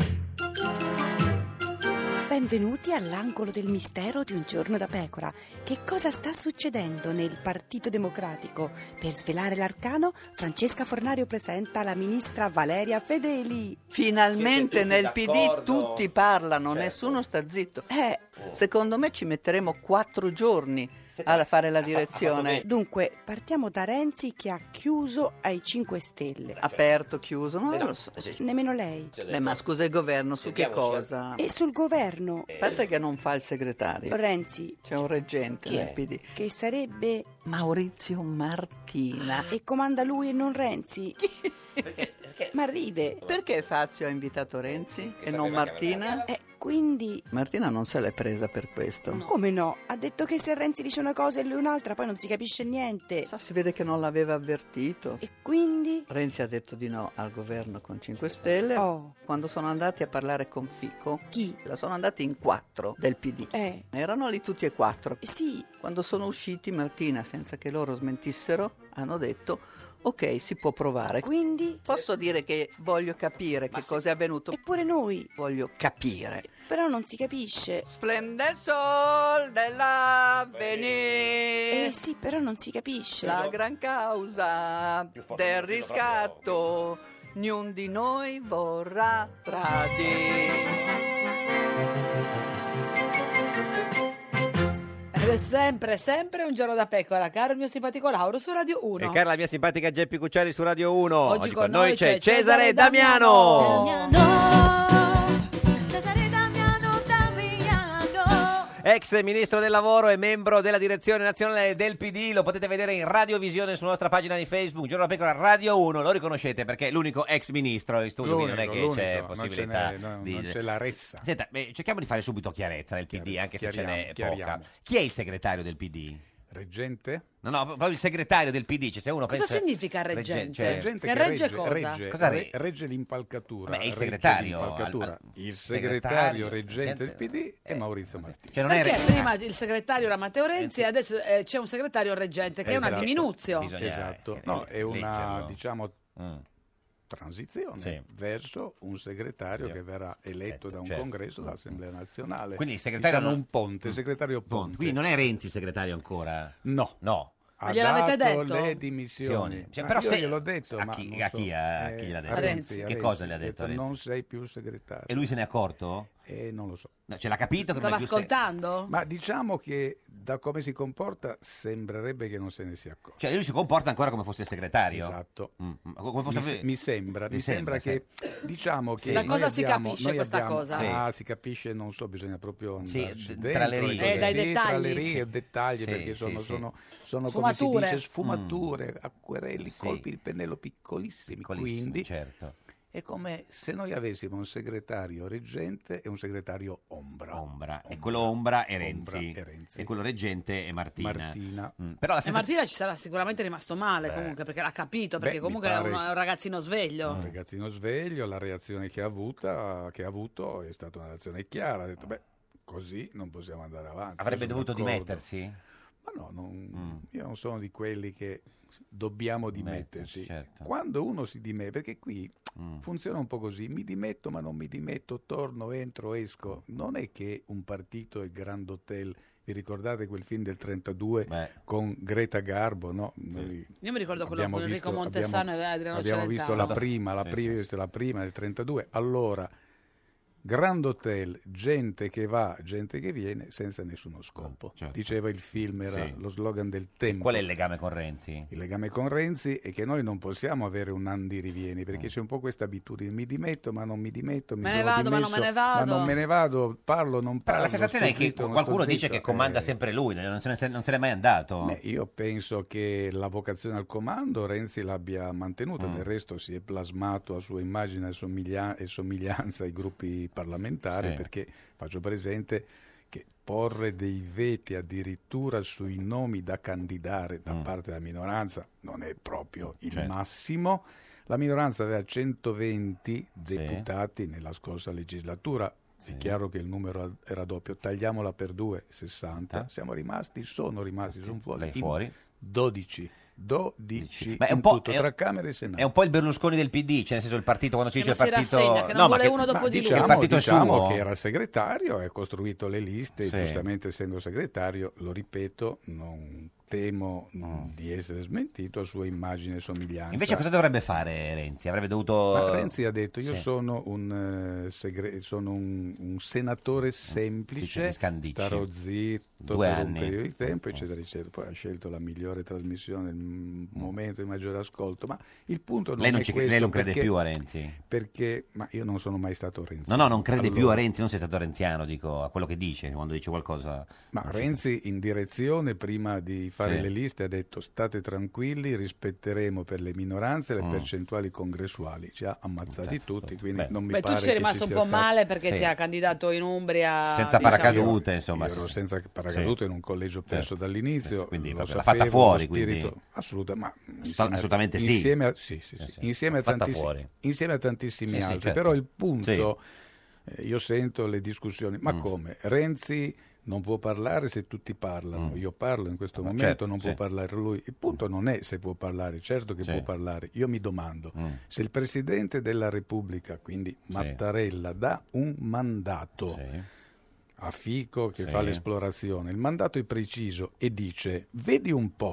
Benvenuti all'angolo del mistero di Un giorno da pecora. Che cosa sta succedendo nel Partito Democratico? Per svelare l'arcano, Francesca Fornario presenta la ministra Valeria Fedeli. Finalmente nel P D d'accordo? tutti parlano, Certo. nessuno sta zitto. Eh, Secondo me ci metteremo quattro giorni a fare la direzione. dunque, partiamo da Renzi che ha chiuso ai cinque Stelle. Aperto, chiuso, non lo so. Nemmeno lei. Beh, ma scusa il governo, su che cosa? E sul governo, Aspetta che non fa il segretario. Renzi, C'è un reggente Chi del è? P D. che sarebbe... Maurizio Martina. E comanda lui e non Renzi. Ma ride. Perché Fazio ha invitato Renzi e non Martina? E quindi... Martina non se l'è presa per questo. Come no? Ha detto che se Renzi dice una cosa e lui un'altra, poi non si capisce niente. Sa, si vede che non l'aveva avvertito. E quindi... Renzi ha detto di no al governo con cinque Stelle. Oh. Quando sono andati a parlare con Fico, Chi? la sono andati in quattro del P D. Eh. Erano lì tutti e quattro. Sì. Quando sono usciti, Martina, senza che loro smentissero, hanno detto: ok, si può provare. Quindi... Posso dire che voglio capire che cosa è avvenuto. Eppure noi. Voglio capire. Però non si capisce. Splende il sol dell'avvenire. Eh sì, però non si capisce. La gran causa del riscatto, niun di noi vorrà tradire. Ed è sempre, sempre Un giorno da pecora, caro il mio simpatico Lauro su Radio uno. E cara la mia simpatica Geppi Cucciari su Radio uno. Oggi con noi c'è Cesare Damiano. Cesare Damiano, Damiano. Ex ministro del lavoro e membro della direzione nazionale del P D, lo potete vedere in radiovisione sulla nostra pagina di Facebook, Giorno da Pecora Radio uno, lo riconoscete perché è l'unico ex ministro in studio, quindi non è che L'unico, c'è l'unico, possibilità non ce n'è, no, di... non c'è la ressa. Senta, beh, cerchiamo di fare subito chiarezza nel P D, anche se ce n'è chiariamo, poca. chiariamo. Chi è il segretario del P D? Reggente? No, no, proprio il segretario del P D, cioè se uno Cosa pensa... significa reggente? cioè- Reggente Che regge cosa? regge, Cosa re- re- regge l'impalcatura. Vabbè, è il regge segretario, l'impalcatura. al- al- il segretario, segretario reggente del reggente- P D è Maurizio Martini. Cioè non è Perché re- prima il segretario era Matteo Renzi e adesso eh, c'è un segretario reggente che è una Esatto. diminuzio. Bisogna- Esatto, eh, no, è una leggerlo. diciamo Mm. transizione Sì. verso un segretario Sì. che verrà eletto da un certo. congresso dall'Assemblea nazionale. Quindi il segretario diciamo non- un ponte, segretario ponte. Quindi non è Renzi segretario ancora? No. No. Ha Ma gliel'avete dato detto? le dimissioni. Cioè, Ma però io se- gliel'ho detto, a ma chi- non a so. chi, a Eh, chi gliel'ha detto? a Renzi, Che a Renzi. cosa le ha Ha detto Renzi? Non sei più segretario. E lui se n'è accorto? Eh, non lo so. No, ce l'ha capito che Stava non è più se- ascoltando? Ma diciamo che da come si comporta sembrerebbe che non se ne sia accorto. Cioè lui si comporta ancora come fosse il segretario? Esatto. Mm, mm. Come Mi, fosse... se- mi sembra, Mi mi sembra, sembra, che diciamo che Da noi cosa si abbiamo- capisce noi questa abbiamo- cosa? Ah, si capisce, non so, bisogna proprio Sì, andarci d- dentro, tra le e righe. cose Eh, dai lì, tra le dettagli. righe e dettagli, Sì, perché sì, sono, sì. sono, sono come si Sfumature. dice, sfumature, acquerelli, Sì. colpi di pennello piccolissimi, Piccolissimo, quindi certo. è come se noi avessimo un segretario reggente e un segretario ombra. Ombra. E quello ombra è Ombra Renzi. e Renzi. E quello reggente è Martina. Martina. Mm. Però la E sensazione... Martina ci sarà sicuramente rimasto male Beh. comunque perché l'ha capito, Beh, perché mi comunque è pare- un, è un ragazzino sveglio. Un ragazzino sveglio, la reazione che ha, avuta, che ha avuto è stata una reazione chiara, ha detto beh, così non possiamo andare avanti. Avrebbe Io sono dovuto d'accordo. dimettersi? Ma no, non, io non sono di quelli che dobbiamo dimetterci. certo. Quando uno si dimette, perché qui funziona un po' così, mi dimetto ma non mi dimetto, torno, entro, esco. Non è che un partito è Grand Hotel. Vi ricordate quel film del trentadue con Greta Garbo? No? Noi Io mi ricordo quello abbiamo con Enrico visto- Montesano abbiamo- e Adriano Abbiamo Celentano. visto la prima, la Sì, prima, sì, visto la prima del trentadue. Allora, Grand Hotel, gente che va, gente che viene, senza nessuno scopo. Diceva il film, era Sì. lo slogan del tempo. Qual è il legame con Renzi? Il legame con Renzi è che noi non possiamo avere un andi rivieni, perché c'è un po' questa abitudine, mi dimetto ma non mi dimetto, mi Me ne sono vado, ma non dimesso, me ne vado. ma non me ne vado, parlo, non Però parlo. la sensazione sto è che zitto, non qualcuno sto dice zitto, che comanda eh. sempre lui, non se ne, non se n'è mai andato. Beh, io penso che la vocazione al comando Renzi l'abbia mantenuta, Mm. del resto si è plasmato a sua immagine e somiglia- e somiglianza ai gruppi parlamentari, Sì. perché faccio presente che porre dei veti addirittura sui nomi da candidare da parte della minoranza non è proprio il Certo. massimo. La minoranza aveva centoventi deputati nella scorsa legislatura. È chiaro che il numero era doppio, tagliamola per due, sessanta. Siamo rimasti, sono rimasti, sono fuori, Lei in fuori? dodici. dodici Ma è in un po', tutto, è- tra Camera e Senato. È un po' il Berlusconi del P D, cioè nel senso il partito quando si Che dice il non si partito rassegna, che non no, vuole ma che, uno dopo Ma di lui. diciamo, il partito diciamo suo. che era segretario e ha costruito le liste, Sì. e giustamente essendo segretario, lo ripeto, non temo mh, di essere smentito a sua immagine e somiglianza. Invece cosa dovrebbe fare Renzi? Avrebbe dovuto Ma Renzi ha detto io Sì. sono un, eh, segre- sono un, un senatore semplice, Dice Scandicci. starò zitto Due per anni. un periodo di tempo, eccetera, eccetera. Poi ha scelto la migliore trasmissione, il m- momento di maggiore ascolto, ma il punto non Lei non, è ci- questo. lei non crede perché- più a Renzi? Perché, ma io non sono mai stato Renzi. No, no, non crede più a Allora, Renzi, non sei stato renziano, dico, a quello che dice, quando dice qualcosa. Ma Renzi in direzione, prima di fare Sì. le liste, ha detto state tranquilli, rispetteremo per le minoranze le Mm. percentuali congressuali. Ci ha ammazzati tutti, quindi Beh. non mi Beh, tu pare ci sei che rimasto ci un sia po' stato- male perché Sì. ti ha candidato in Umbria. Senza diciamo. paracadute, insomma. Io ero sì. senza paracadute in un collegio perso Certo. dall'inizio, Quindi lo proprio l'ha sapevo, fatta fuori, lo spirito, quindi. assoluta- ma Assolut- insieme a- assolutamente sì. insieme a, sì, sì, Sì, sì, sì. insieme a Fatta tantissimi, fuori. insieme a tantissimi Sì, sì, altri, certo. però il punto, eh, io sento le discussioni, ma Mm. come? Renzi non può parlare se tutti parlano, io parlo in questo Ma momento, certo, non può sì. parlare lui. Il punto non è se può parlare, certo che Sì. può parlare. Io mi domando, Mm. se il Presidente della Repubblica, quindi Mattarella, dà un mandato a Fico che Sì. fa l'esplorazione, il mandato è preciso e dice, vedi un po',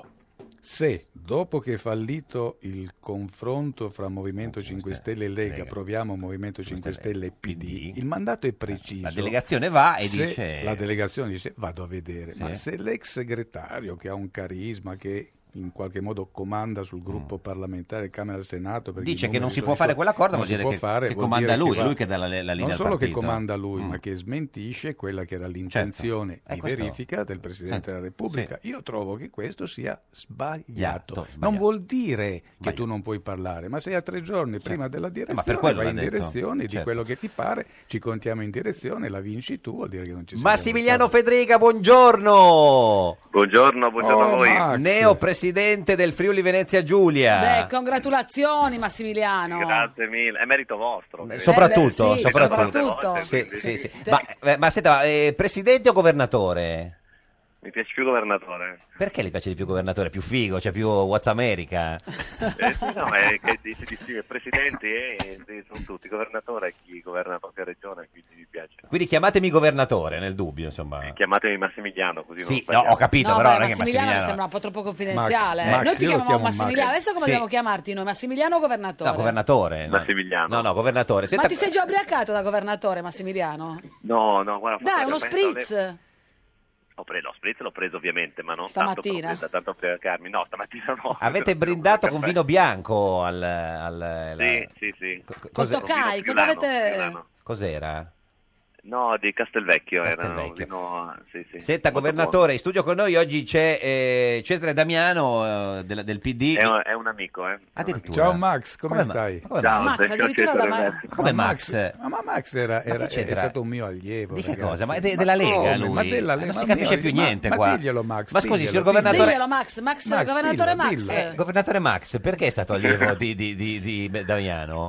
se dopo che è fallito il confronto fra Movimento cinque Stelle e Lega, Lega. proviamo Movimento cinque Stelle e P D, il mandato è preciso. La delegazione va e Se dice- La delegazione dice vado a vedere, Sì. ma se l'ex segretario che ha un carisma, che in qualche modo comanda sul gruppo parlamentare Camera e Senato, perché Mm. Dice i che non numeri si sono può i fare suoi, quell'accordo, non vuol si dire può che- fare, che vuol comanda dire lui, va- lui che dà la- la linea non del solo che partito. comanda lui, Mm. ma che smentisce quella che era l'intenzione Certo. Eh, di questo- verifica del Presidente Certo. della Repubblica. Io trovo che questo sia sbagliato. Sbagliato, Non sbagliato. vuol dire che tu non puoi parlare, ma sei a tre giorni prima della Eh, ma per direzione, quello vai l'ha in detto. direzione di Certo. quello che ti pare, ci contiamo in direzione, la vinci tu, vuol dire che non ci sei. Massimiliano Federica, buongiorno. Buongiorno, buongiorno Oh, a voi. Max. Neo presidente del Friuli Venezia Giulia. Beh, congratulazioni Massimiliano. Grazie mille, è merito vostro. Eh, Soprattutto, Eh beh, sì, soprattutto. soprattutto. Sì, sì, sì. Ma, eh, ma senta, eh, presidente o governatore? Mi piace più governatore. Perché le piace di più governatore? Più figo, c'è più What's America? Eh, sì, no, è che si distingue presidenti e e sono tutti, governatore è chi governa la propria regione, quindi mi piace. Quindi chiamatemi governatore, nel dubbio, insomma. Chiamatemi Massimiliano, così Sì, non no, sbagliamo. ho capito, No, però beh, non è che Massimiliano mi Massimiliano... sembra un po' troppo confidenziale. Max, Max, noi ti io lo chiamiamo chiamo Massimiliano. Max. Adesso come Sì. dobbiamo chiamarti noi? Massimiliano o governatore? No, governatore. no. Massimiliano. No, no, governatore. Ma Senta- ti sei già ubriacato da governatore, Massimiliano? No, no, guarda. Dai, uno fortunatamente spritz. Ho preso, lo spritz l'ho preso ovviamente, ma non Stamattina? tanto per, tanto per ubriacarmi. No, stamattina no. Avete brindato con vino bianco al... al la- Sì, sì, sì. Col Cos'è- Toccai, cosa Friulano, avete... friulano. Cos'era? No, di Castelvecchio, era un Castelvecchio. vino, sì, sì. Senta, molto governatore, in studio con noi oggi c'è eh, Cesare Damiano eh, del, del P D. buono. È un, è un amico, eh. Addirittura. Ciao Max, come, Come ma- stai? come Ciao, Max, sei addirittura da Cesare, ma- eh. Come Ma Max? Ma, ma Max era, Ma era- che c'entra? è stato un mio allievo. Di che ragazzi. cosa? Ma è de- della Lega come? lui? Ma della Ma Lega, non si ma capisce mio- più ma- niente ma qua. diglielo, Max, Ma scusi, diglielo, signor diglielo. governatore- Diglielo Max, Max, Max, governatore dillo, Max. dillo. Eh, governatore Max, perché è stato allievo di, di, di, di Damiano?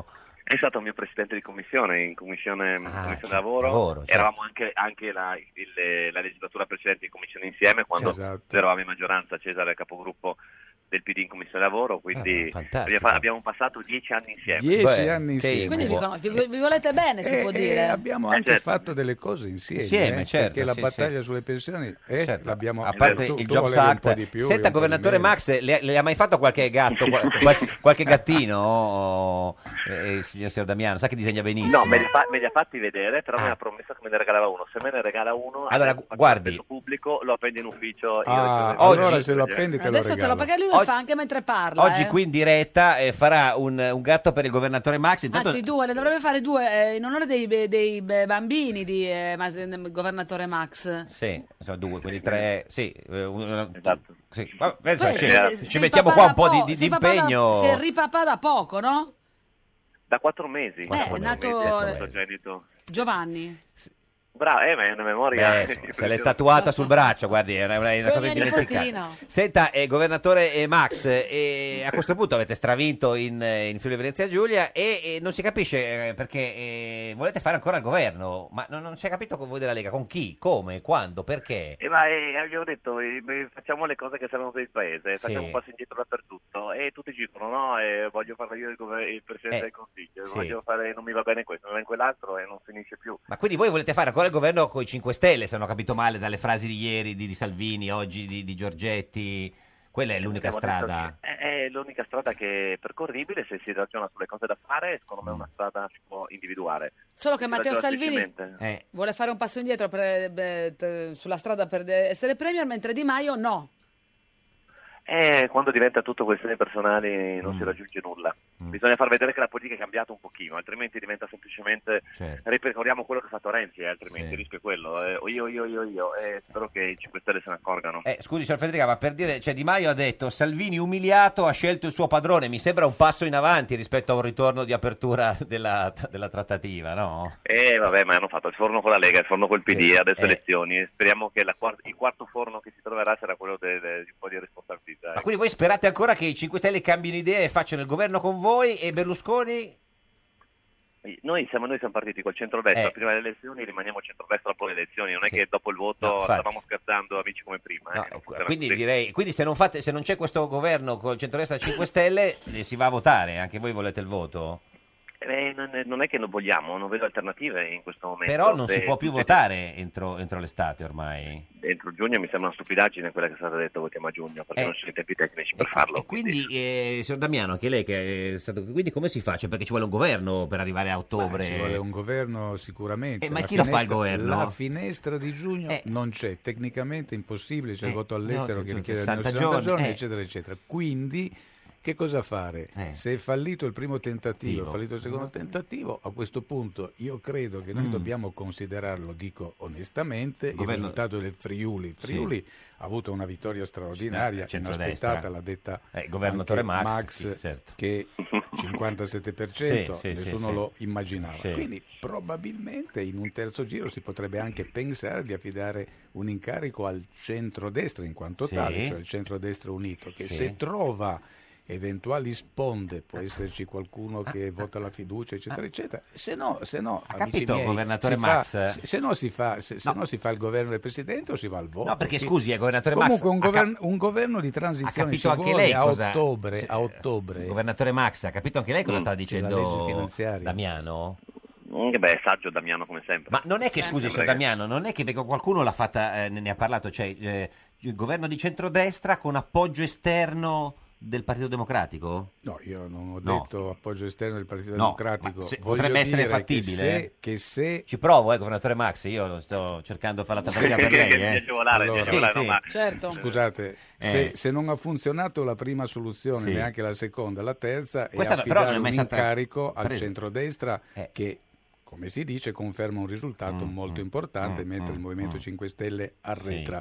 È stato mio presidente di commissione, in commissione, Ah, commissione certo, lavoro. lavoro, certo. Eravamo anche, anche la, il- la legislatura precedente in commissione insieme, quando Esatto. eravamo in maggioranza, Cesare capogruppo del P D in commissione lavoro, quindi fantastico. abbiamo fa- abbiamo passato dieci anni insieme. Dieci Beh, anni che insieme. Quindi vi, con- vi- vi volete bene, si Eh, può eh, dire. abbiamo Eh, anche certo. fatto delle cose insieme, Insieme, eh, certo, perché la sì, battaglia sì. sulle pensioni eh, Certo, l'abbiamo a parte tu- il tu Jobs volevi un Act. po' di più, io Senta, un po' di governatore meno. Max, le, le ha mai fatto qualche gatto, qual- qualche, qualche gattino, o- eh, il signor, signor Damiano? Sa che disegna benissimo. No, me li, ha fa- me li ha fatti vedere, però Ah. me ne ha promesso che me ne regalava uno. Se me ne regala uno, Allora, adesso faccio guardi. l'appello pubblico, lo appendo in ufficio. io Ah, lo- allora se lo appendi te lo Adesso te lo regalo. perché lui lo Oggi- fa anche mentre parla. Oggi eh. qui in diretta eh, farà un, un gatto per il governatore Max. Intanto, Anzi, due, ne dovrebbe fare due eh, in onore dei, dei- dei bambini di eh, Mas- governatore Max. sì, sono due, quindi tre, sì. eh, un- Esatto. sì. Vabbè, pensa, Poi ci, sei- ci sei mettiamo papà qua un da po' di, po- di- sei di papà da- impegno. sei ripapà da poco, no? Da quattro mesi. Eh, Da è quattro nato- mesi, è primogenito. Giovanni. Bravo, eh, ma è una memoria. Beh, se l'è tatuata sul braccio, guardi, è una, è una Con cosa mio dimenticata. nipotino. Senta, eh, governatore eh, Max, eh, a questo punto avete stravinto in, eh, in Friuli Venezia Giulia e, e non si capisce eh, perché eh, volete fare ancora il governo, ma non, non si è capito con voi della Lega, con chi, come, quando, perché? Eh, ma eh, abbiamo detto, eh, eh, facciamo le cose che servono per il paese, Sì. facciamo un passo indietro dappertutto e tutti dicono no, eh, voglio fare io il, gover- il Presidente Eh, del Consiglio, sì. voglio fare, non mi va bene questo, non va bene quell'altro e non finisce più. Ma quindi voi volete fare ancora il governo con i cinque Stelle, se non ho capito male dalle frasi di ieri di, di Salvini, oggi di, di Giorgetti, quella è l'unica Abbiamo detto strada. che È, è l'unica strada che è percorribile, se si ragiona sulle cose da fare, secondo Mm. me una strada si può individuare. Solo che Si Matteo ragiona Salvini semplicemente. Eh, vuole fare un passo indietro per- beh, t- sulla strada per essere premier, mentre Di Maio no. Eh, quando diventa tutto questioni personali non Mm. si raggiunge nulla. Bisogna far vedere che la politica è cambiata un pochino, altrimenti diventa semplicemente certo. ripercorriamo quello che ha fatto Renzi, eh, altrimenti Sì. il rischio è quello. Eh, o io, io, io, io, e spero che i cinque Stelle se ne accorgano. Eh, scusi, signor Federica, ma per dire, cioè Di Maio ha detto Salvini umiliato ha scelto il suo padrone, mi sembra un passo in avanti rispetto a un ritorno di apertura della, della trattativa, no? Eh vabbè, ma hanno fatto il forno con la Lega, il forno col P D, Eh, adesso eh. elezioni. Speriamo che la quart- il quarto forno che si troverà sarà quello de- de- di un po' di responsabilità. Ma quindi voi sperate ancora che i cinque Stelle cambino idea e facciano il governo con voi e Berlusconi? Noi siamo, noi siamo partiti col centrodestra Eh. prima delle elezioni, rimaniamo centrodestra dopo le elezioni, non è Sì. che dopo il voto No, infatti. stavamo scherzando amici come prima. No, eh, non qu- funziona quindi così. direi, quindi se non, fate, se non c'è questo governo con il centrodestra e cinque Stelle eh, si va a votare, anche voi volete il voto? Eh, non, è- non è che lo vogliamo, non vedo alternative in questo momento. Però non si Se- può più se- votare entro, entro l'estate ormai. Entro giugno mi sembra una stupidaggine quella che è stata detta votiamo a giugno, perché Eh. non ci sono i tempi tecnici per farlo. E quindi, eh, signor Damiano, anche lei che è stato quindi come si fa? Cioè, perché ci vuole un governo per arrivare a ottobre? Ci vuole un governo sicuramente. Eh, ma La chi lo fa il finestra- governo? La finestra di giugno Eh. non c'è, tecnicamente impossibile, c'è Eh, il voto all'estero no, che sono richiede sessanta almeno sessanta giorni, giorni, eh. eccetera, eccetera. Quindi che cosa fare? Eh. Se è fallito il primo tentativo, Tentativo. è fallito il secondo tentativo, a questo punto io credo che noi Mm. dobbiamo considerarlo, dico onestamente, Governo- il risultato del Friuli. Sì. Friuli ha avuto una vittoria straordinaria, Sì, centrodestra. inaspettata, l'ha detta Eh, il governatore anche Max, sì, certo. che cinquantasette per cento Sì, sì, nessuno sì, lo sì. immaginava. Sì. Quindi probabilmente in un terzo giro si potrebbe anche pensare di affidare un incarico al centrodestra in quanto Sì. tale, cioè il centrodestra unito, che Sì. se trova eventuali sponde, può esserci qualcuno che vota la fiducia, eccetera, eccetera. Se no, se no, Ha amici capito, miei, governatore si Max? fa- se, se no si fa, se, se No. no si fa il governo del presidente o si va al voto. No, perché Sì. scusi, eh, governatore Max, Comunque un, ha cap- govern- un governo di Ha transizione capito ci anche vuole lei a cosa... ottobre, Sì, a ottobre. Governatore Max, ha capito anche lei cosa Mm. sta La dicendo legge finanziaria. Damiano? Mm, Beh, è saggio Damiano come sempre. Ma non è che, scusi, Sempre signor che- Damiano, non è che perché qualcuno l'ha fatta, eh, ne ne ha parlato, cioè eh, il governo di centrodestra con appoggio esterno del Partito Democratico? No, io non ho No. detto appoggio esterno del Partito No, Democratico. ma se- Voglio potrebbe essere dire fattibile, Che se, eh? che se Ci provo, eh, governatore Max, io sto cercando di fare la trattativa per lei, eh. Piace volare, Allora, piace sì, volare, sì. no, ma- Certo. Scusate, Eh. se, se non ha funzionato la prima soluzione, Sì. neanche la seconda, la terza, Questa è no- però non affidare è un mai stata incarico al presa. centrodestra Eh. che, come si dice, conferma un risultato Mm, molto mm, importante, mm, mentre mm, il Movimento mm. cinque Stelle arretra. Sì, ma-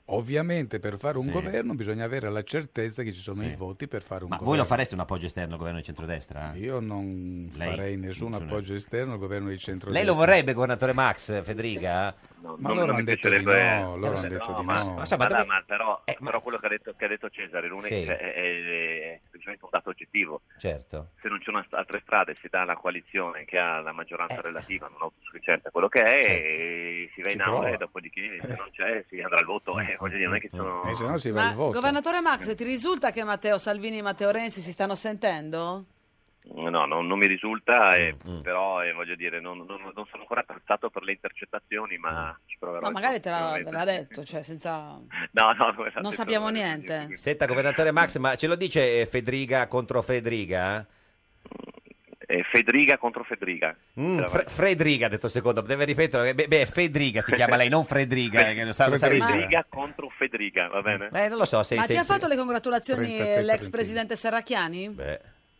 Ovviamente per fare un Sì. governo bisogna avere la certezza che ci sono Sì. i voti per fare un Ma governo. voi lo fareste un appoggio esterno al governo di centrodestra? Io non Lei? farei nessun Nessuno. appoggio esterno al governo di centrodestra. Lei lo vorrebbe, governatore Max, Federica? No, Ma non- loro non hanno mi detto di piacerebbe- no, loro hanno no, detto di ma, no. ma, Insomma, dai, dove- ma però, Eh, ma- però quello che ha detto, che ha detto Cesare l'unico- Sì. è, è- è semplicemente un dato oggettivo. Certo. Se non ci sono altre strade, si dà la coalizione che ha la maggioranza Eh. relativa, non autosufficiente a quello che è, e si va Si in aula prova. e dopodiché se non c'è si andrà al voto. Eh, voglio dire, non è che sono... E se no si va Ma al voto. governatore Max, ti risulta che Matteo Salvini e Matteo Renzi si stanno sentendo? No, non, non mi risulta, e- Mm. però eh, voglio dire, non, non- non sono ancora attrezzato per le intercettazioni, ma ci proverò. No, magari te l'ha, sicuramente. ve l'ha detto, cioè senza... No, no, non, Non sappiamo niente. Senta, governatore Max, ma ce lo dice eh, Federica contro Federica? Eh, Federica contro Federica. Mm, Cioè, Fre- Frederica, ha detto secondo, deve ripetere. Beh, beh, Federica si chiama lei, non Frederica. eh, che lo sa- lo sa- Federica contro Federica, va bene? Eh, non lo so se Ma se- ti ha fatto le congratulazioni trentatré, l'ex trentino. presidente Serracchiani? Beh,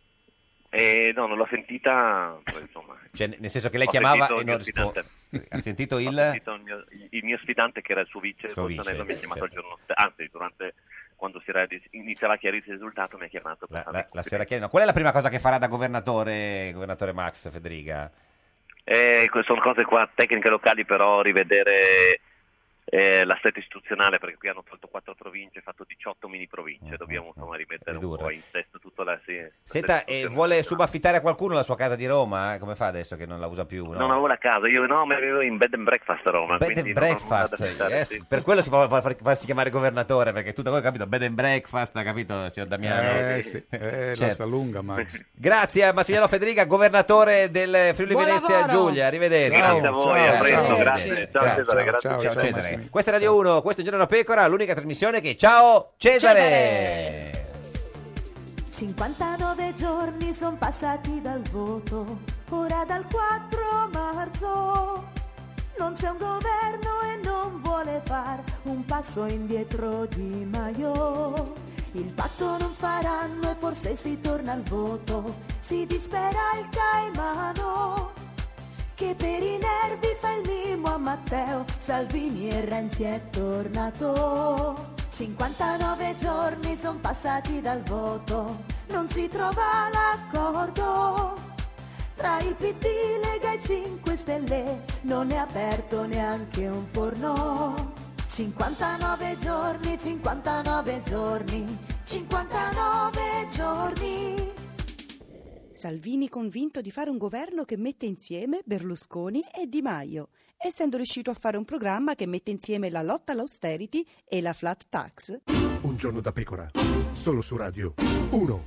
Eh, no, non l'ho sentita, però, insomma. cioè, nel senso che lei Ho chiamava sentito e il non mio sfidante. risponde. Ha sentito Ho il... sentito il mio, il mio sfidante che era il suo vice, Suo vice, Fontanello, mi ha chiamato certo. il giorno stesso, anzi, durante, quando si era, iniziava a chiarirsi il risultato, mi ha chiamato. per La, farmi la, la complimenti. Serracchiani, no. Qual è la prima cosa che farà da governatore, governatore Max, Federica? Eh, que- sono cose qua, tecniche locali, però rivedere eh, l'assetto istituzionale, perché qui hanno tolto quattro province, fatto diciotto mini province, dobbiamo insomma rimettere È un dura. po' in testa tutto la... Sì, Senta, l'assetto eh, istituzionale. vuole subaffittare a qualcuno la sua casa di Roma? Eh, Come fa adesso che non la usa più? No? Non avevo la casa, io no, ma vivevo in bed and breakfast a Roma. Bed quindi and non ho nulla breakfast, da affittare, yes. sì. Per quello si può far- farsi chiamare governatore, perché tutto voi capito, bed and breakfast, ha capito signor Damiano? Eh, sì. Eh, la Certo. sa lunga, Max. Grazie a Massimiliano Federica, governatore del Friuli Buon Venezia lavoro. Giulia, arrivederci. Grazie a voi, Ciao, a presto, ciao. grazie. Ciao, Ciao, Cesare, grazie. ciao, Ciao, ciao, Cesare. Massimiliano. Questa è Radio uno, questo è Un Giorno da Pecora, l'unica trasmissione che... Ciao Cesare! Cesare! cinquantanove giorni sono passati dal voto, ora dal quattro marzo. Non c'è un governo e non vuole far un passo indietro Di Maio. Il patto non faranno e forse si torna al voto, si dispera il Caimano, che per i nervi fa il mimo a Matteo Salvini e Renzi è tornato. cinquantanove giorni sono passati dal voto, non si trova l'accordo tra il P D, Lega e cinque Stelle, non è aperto neanche un forno. cinquantanove giorni, cinquantanove giorni, cinquantanove giorni. Salvini convinto di fare un governo che mette insieme Berlusconi e Di Maio, essendo riuscito a fare un programma che mette insieme la lotta all'austerity e la flat tax. Un giorno da pecora, solo su Radio uno.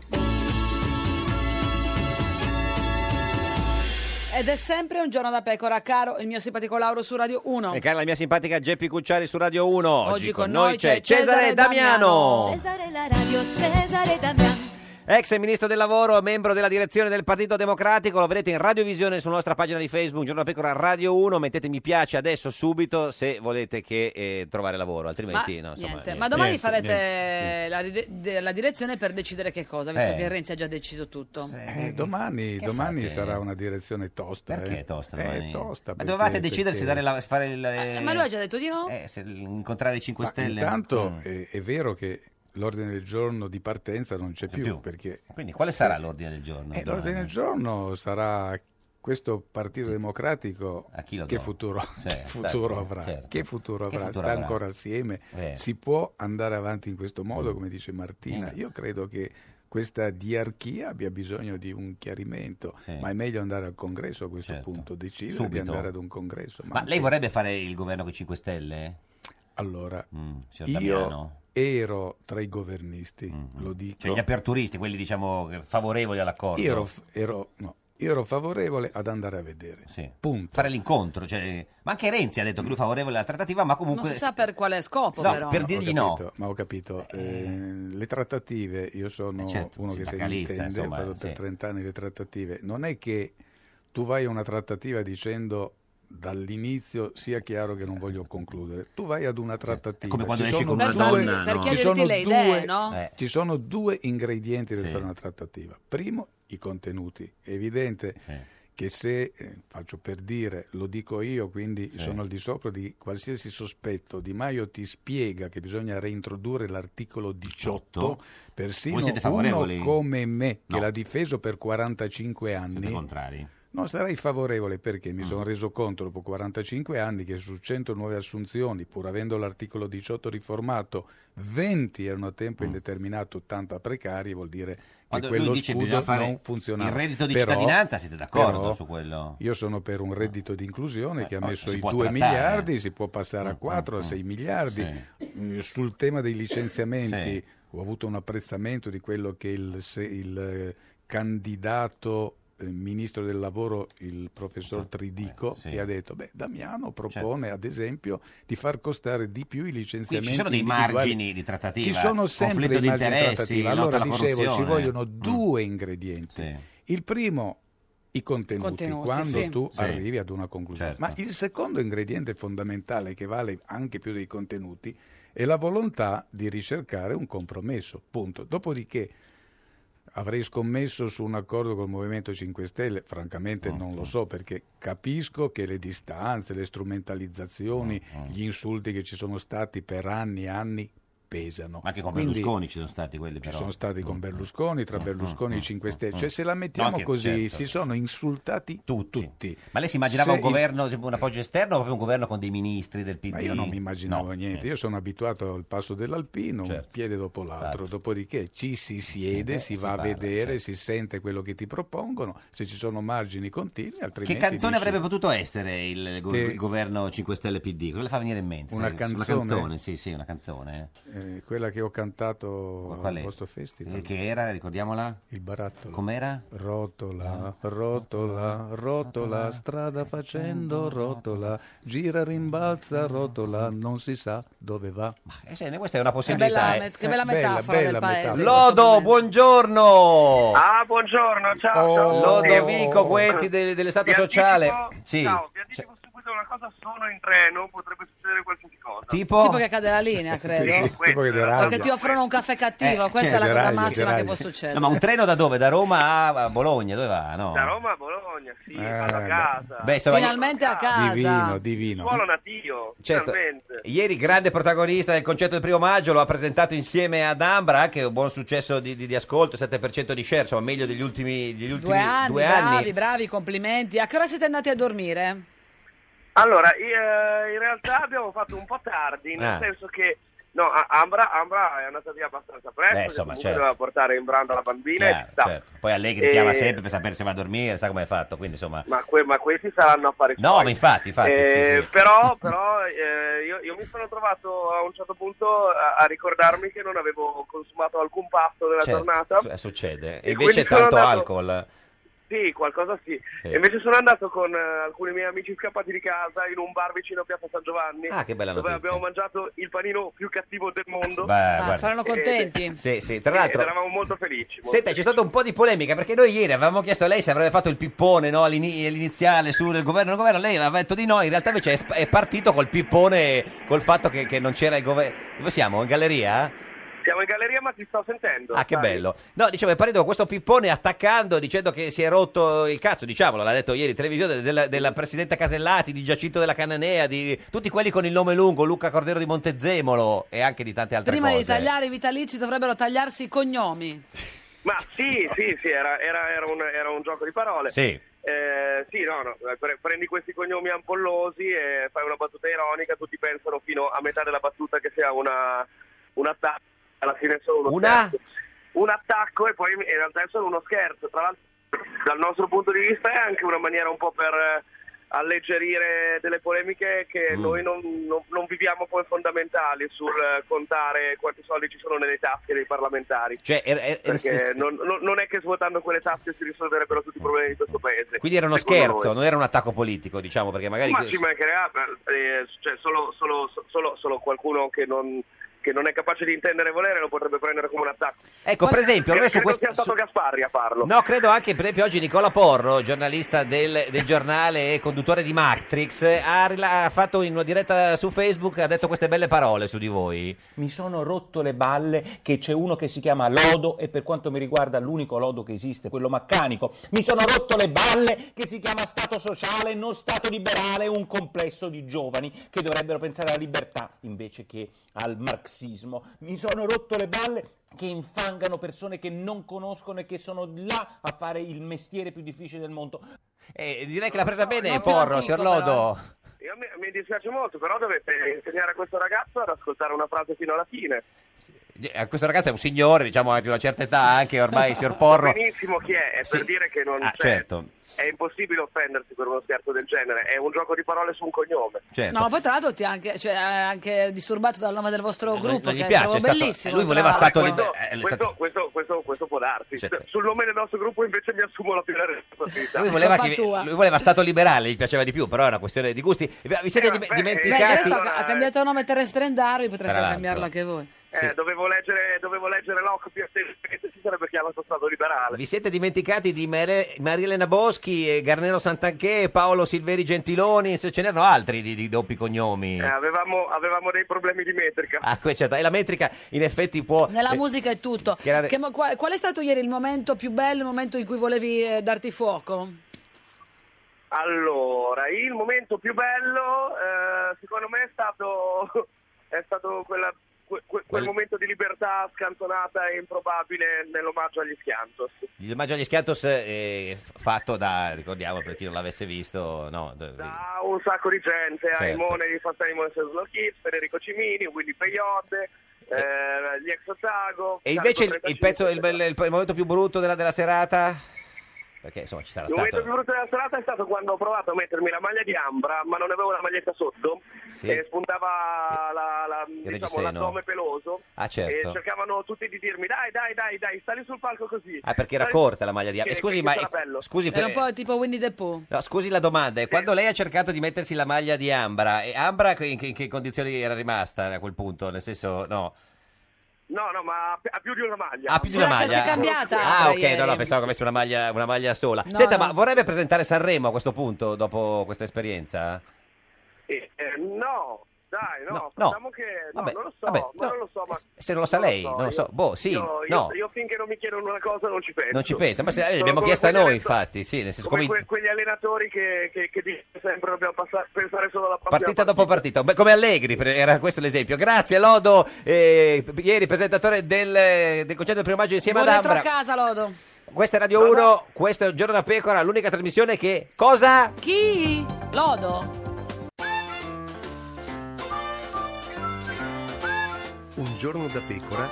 Ed è sempre Un Giorno da Pecora, caro il mio simpatico Lauro su Radio uno. E cara la mia simpatica Geppi Cucciari su Radio uno. Oggi, Oggi con noi c'è Cesare Cesare Damiano. Cesare la radio, Cesare Damiano. Ex ministro del lavoro, membro della direzione del Partito Democratico, lo vedete in radiovisione sulla nostra pagina di Facebook, Un Giorno da Pecora Radio uno, mettete mi piace adesso subito se volete che eh, trovare lavoro, altrimenti Ma, no, insomma, niente. niente. Ma domani Niente, farete niente. La, ride- de- la direzione per decidere che cosa, visto Eh. che Renzi ha già deciso tutto. Eh, domani Che domani fate? sarà una direzione tosta. Perché eh. tosta Eh, domani? tosta, Ma perché- dovevate decidere se perché- dare la, fare il... Eh, ma lui ha già detto di no? eh, se incontrare i cinque Ma Stelle. intanto Mm. è, è vero che l'ordine del giorno di partenza non c'è C'è più, più. perché Quindi quale se- sarà l'ordine del giorno? Eh, domani? l'ordine del giorno sarà questo Partito Democratico. A chi lo Che do? futuro, Sì, che futuro certo, avrà? certo. Che futuro Che avrà? futuro Sta avrà? ancora assieme? Eh. Si può andare avanti in questo modo, Mm. come dice Martina? Mm. Io credo che questa diarchia abbia bisogno di un chiarimento, Sì. ma è meglio andare al congresso a questo Certo. punto, decidere di Subito. andare ad un congresso. Ma anche- lei vorrebbe fare il governo con i cinque Stelle? Allora, Mm, signor io Damiano? ero tra i governisti, Mm, lo dico. Cioè gli aperturisti, quelli diciamo favorevoli all'accordo. Io ero, f- ero- no, io ero favorevole ad andare a vedere. Sì. Punto. Fare l'incontro, cioè, ma anche Renzi ha detto che lui è favorevole alla trattativa, ma comunque Non si sa per quale scopo, No, però. per Ho dirgli capito, no. Ma ho capito, eh, le trattative, io sono Eh, certo, uno che se ne sindacalista, intende, insomma, vado per sì. trenta anni le trattative, non è che tu vai a una trattativa dicendo dall'inizio sia chiaro che non voglio concludere, tu vai ad una trattativa. come quando Ci esci sono con una due- donna, per no? ci chiederti sono le due- idee, no? Eh. Ci sono due ingredienti per Sì. fare una trattativa. Primo, i contenuti. È evidente Sì. che se, eh, faccio per dire, lo dico io, quindi Sì. sono al di sopra di qualsiasi sospetto, Di Maio ti spiega che bisogna reintrodurre l'articolo diciotto, persino Voi siete uno favorevoli? come me, che No. l'ha difeso per quarantacinque anni... Siete contrari? Non sarei favorevole perché Mm. mi sono reso conto dopo quarantacinque anni che su cento nuove assunzioni, pur avendo l'articolo diciotto riformato, venti erano a tempo indeterminato, tanto a precari, vuol dire che Mm. Quando quello lui dice scudo bisogna fare non funzionava. il reddito di Però- cittadinanza, siete d'accordo però su quello? Io sono per un reddito di inclusione Eh, che ha poi messo si i può due trattare. miliardi, si può passare a Mm, quattro, mm, a sei mm. miliardi. Mm, Sul tema dei licenziamenti Sì. ho avuto un apprezzamento di quello che il, se- il eh, candidato eh, ministro del lavoro, il professor Tridico, sì. che ha detto, beh, Damiano propone ad esempio di far costare di più i Quindi licenziamenti ci sono dei individuali. margini di trattativa, Ci sono sempre conflitto i di margini di interessi, trattativa. lotta Allora alla dicevo, ci corruzione. vogliono Mm. due ingredienti. Il primo, i contenuti, Contenuti, quando sì. tu Sì. arrivi ad una conclusione. Certo. Ma il secondo ingrediente fondamentale, che vale anche più dei contenuti, è la volontà di ricercare un compromesso, punto. Dopodiché avrei scommesso su un accordo col Movimento cinque Stelle, francamente non lo so, perché capisco che le distanze, le strumentalizzazioni, gli insulti che ci sono stati per anni e anni pesano. Ma anche con Quindi Berlusconi ci sono stati quelli, ci però. sono stati con Berlusconi, tra Berlusconi e i cinque Stelle. Cioè, se la No, mettiamo anche- così, certo. si sono insultati tutti. Ma lei si immaginava Se un il- governo, tipo un appoggio esterno o proprio un governo con dei ministri del P D? Ma io non mi immaginavo No. niente, io sono abituato al passo dell'alpino, un Certo. piede dopo l'altro, Certo. dopodiché ci si siede, Eh, si si va a parla, vedere, si sente quello che ti propongono, se ci sono margini continui, altrimenti Che canzone dici- avrebbe potuto essere il, go- Te- il governo cinque Stelle P D? Cosa le fa venire in mente? Una Una canzone? canzone, sì, sì, una canzone. Eh, quella che ho cantato Qual al è? vostro festival. Eh, Che era, ricordiamola? Il barattolo. Com'era? Rotola, rotola, rotola, strada facendo rotola, gira, rimbalza, rotola, non si sa dove va. Eh, sì, questa è una Che possibilità. bella, eh. met- che bella Eh, bella, metafora bella del paese. metafora. Lodo, buongiorno! Ah, buongiorno, ciao. ciao. Lodovico Guenzi del- dell'Estato Vi Sociale. anticipo- Sì. Ciao, vi anticipo subito una cosa, sono in treno, potrebbe succedere qualsiasi cosa. Tipo? Tipo che cade la linea, credo. Tipo che O che ti offrono un caffè cattivo, Eh, questa sì, è la cosa deraglio, massima deraglio. che può succedere. No, ma un treno da dove? Da Roma a Bologna, dove va? No. Da Roma a Bologna, sì, Eh, vado a beh. casa. Beh, insomma, Finalmente a casa. Divino, divino. Scuola natio, Certo. finalmente. Ieri grande protagonista del concerto del primo maggio, lo ha presentato insieme ad Ambra, anche un buon successo di, di- di ascolto, sette per cento di share, insomma meglio degli ultimi, degli ultimi Due anni, due bravi, anni. bravi, complimenti. A che ora siete andati a dormire? Allora, i- eh, in realtà abbiamo fatto un po' tardi, nel Ah. senso che no, a- Ambra, Ambra è andata via abbastanza presto, Beh, perché insomma, comunque certo. doveva portare in branda la bambina e Chiaro, ci sta. certo. Poi Allegri E- chiama sempre per sapere se va a dormire, sa come è fatto, quindi insomma... Ma, que- ma questi saranno affari No, suoi. ma infatti, infatti, Eh, sì, sì. Però, però eh, io, io mi sono trovato a un certo punto a, a ricordarmi che non avevo consumato alcun pasto nella Certo, giornata. su- succede. E E invece quindi sono tanto andato- alcol. Sì, qualcosa sì. Sì. E invece sono andato con eh, alcuni miei amici scappati di casa in un bar vicino a Piazza San Giovanni. Ah, che bella dove notizia. abbiamo mangiato il panino più cattivo del mondo. Beh, Ah, guarda. saranno contenti. Sì, sì, tra Ed l'altro... eravamo molto felici. molto Senta, c'è stata un po' di polemica perché noi ieri avevamo chiesto a lei se avrebbe fatto il pippone no, all'ini- all'iniziale sul governo il governo, lei aveva detto di no, in realtà invece è, sp- è partito col pippone col fatto che, che non c'era il governo. Dove siamo? In galleria? Siamo in galleria ma ti sto sentendo. Ah, che sai? bello. No, dicevo, è partito con questo pippone attaccando, dicendo che si è rotto il cazzo, diciamolo, l'ha detto ieri in televisione, della, della Presidente Casellati, di Giacinto della Cananea, di tutti quelli con il nome lungo, Luca Cordero di Montezemolo e anche di tante altre Prima cose. di tagliare i vitalizi dovrebbero tagliarsi i cognomi. Ma sì, sì, sì, era, era, era, un, era un gioco di parole. Sì. Eh, sì, no, no, pre- prendi questi cognomi ampollosi e fai una battuta ironica, tutti pensano fino a metà della battuta che sia una, un attacco, alla fine è solo uno Una? scherzo. Un attacco e poi in realtà è solo uno scherzo. Tra l'altro, dal nostro punto di vista è anche una maniera un po' per eh, alleggerire delle polemiche che Mm. noi non, non- non viviamo poi fondamentali sul eh, contare quanti soldi ci sono nelle tasche dei parlamentari. Cioè, er- er- Perché er- non, non- non è che svuotando quelle tasche si risolverebbero tutti i problemi di questo paese. Quindi era uno Secondo scherzo, noi. non era un attacco politico, diciamo, perché magari... Ma ci mancherebbe, eh, cioè solo, solo, solo, solo qualcuno che non, che non è capace di intendere e volere lo potrebbe prendere come un attacco. Ecco, per esempio, credo noi su credo questo- sia stato su- Gasparri a farlo. No, credo anche, per esempio, oggi Nicola Porro, giornalista del, del giornale e conduttore di Matrix, ha, rila- ha fatto in una diretta su Facebook, ha detto queste belle parole su di voi. Mi sono rotto le balle che c'è uno che si chiama lodo e per quanto mi riguarda l'unico lodo che esiste, quello maccanico. Mi sono rotto le balle che si chiama Stato sociale, non Stato liberale, un complesso di giovani che dovrebbero pensare alla libertà invece che al marxismo. Mi sono rotto le balle che infangano persone che non conoscono e che sono là a fare il mestiere più difficile del mondo. Eh, direi che l'ha presa bene no, Porro, più signor antico, Lodo. Io mi, mi dispiace molto, però dovete insegnare a questo ragazzo ad ascoltare una frase fino alla fine. Eh, Questo ragazzo è un signore, diciamo, di una certa età anche ormai, signor Porro. So benissimo chi è, è Sì. per dire che non Ah, c'è. certo. È impossibile offendersi per uno scherzo del genere, è un gioco di parole su un cognome. Certo. No, poi tra l'altro ti ha anche, cioè, ha anche disturbato dal nome del vostro Non- gruppo, non gli che piace, trovo è stato- bellissimo. lui tra voleva l'altro. Stato questo, liber- eh, questo, stato- questo, questo, questo può darsi. Certo. Sul nome del nostro gruppo invece mi assumo la piena responsabilità. Lui voleva, che- lui voleva Stato liberale, gli piaceva di più, però è una questione di gusti. Vi siete dim- Beh, dimenticati? adesso ha cambiato nome Terrestre Endaro, potreste Tra l'altro. cambiarlo anche voi. Eh, dovevo leggere, dovevo leggere Locke più attentamente, si sarebbe chiamato Stato liberale. Vi siete dimenticati di Mere- Marilena Boschi, e Garnero Santanché, e Paolo Silveri Gentiloni, se ce n'erano altri di, di doppi cognomi. Eh, avevamo, avevamo dei problemi di metrica. Ah, que- certo. E la metrica in effetti può... Nella eh, musica è tutto. Chiaro- Che mo- qual, qual è stato ieri il momento più bello, il momento in cui volevi eh, darti fuoco? Allora, il momento più bello, eh, secondo me, è stato, è stato quella, que- que- quel momento di libertà scanzonata e improbabile nell'omaggio agli Schiantos. L'omaggio agli Schiantos è fatto da, ricordiamo per chi non l'avesse visto, no, d- Da un sacco di gente, Certo. Aimone di Fast Animals and Slow Kids, Federico Cimini, Willy Peyote, eh, gli ex Otago. E invece il, il pezzo, il, il- il momento più brutto della, della serata? Perché insomma ci sarà Il momento stato... più brutto della serata è stato quando ho provato a mettermi la maglia di Ambra, ma non avevo la maglietta sotto, Sì. e spuntava la, la, diciamo, reggiseno. l'addome peloso, Ah, certo. e cercavano tutti di dirmi dai, dai, dai, dai, sali sul palco così. Ah, perché era Sali- corta la maglia di Ambra. Che- E scusi, che- ma che sarà scusi, Era per- un po' tipo Winnie the Pooh. no, scusi la domanda, e quando lei ha cercato di mettersi la maglia di Ambra, e Ambra in che, in che condizioni era rimasta a quel punto? Nel senso, no. No, no, ma ha più di una maglia. Ah, più di una maglia. si è cambiata Ah, Ambra ok, no, no, ieri. pensavo che avesse una maglia, una maglia sola. No, Senta, no. ma vorrebbe presentare Sanremo a questo punto, dopo questa esperienza? Eh, eh, no, dai, no, No, no. facciamo che... No, Vabbè, non lo so, vabbè, ma no. non lo so, ma... Se non lo sa lei, non lo so. Boh, sì, io, io- no. io finché non mi chiedono una cosa non ci penso. Non ci pensa, ma se Sono l'abbiamo come chiesta quegli noi, allenatori- infatti, sì, nel senso Come come que- quegli allenatori che, che, che dicono sempre dobbiamo passare, pensare solo alla prossima partita dopo partita, Beh, come Allegri, per- era questo l'esempio. Grazie Lodo, eh, ieri presentatore del, del concerto del primo maggio insieme Buon ad rientro a Ambra. casa, Lodo. Questa è Radio uno, questo è Un Giorno da Pecora, l'unica trasmissione che... Cosa? Chi? Lodo? Un giorno da pecora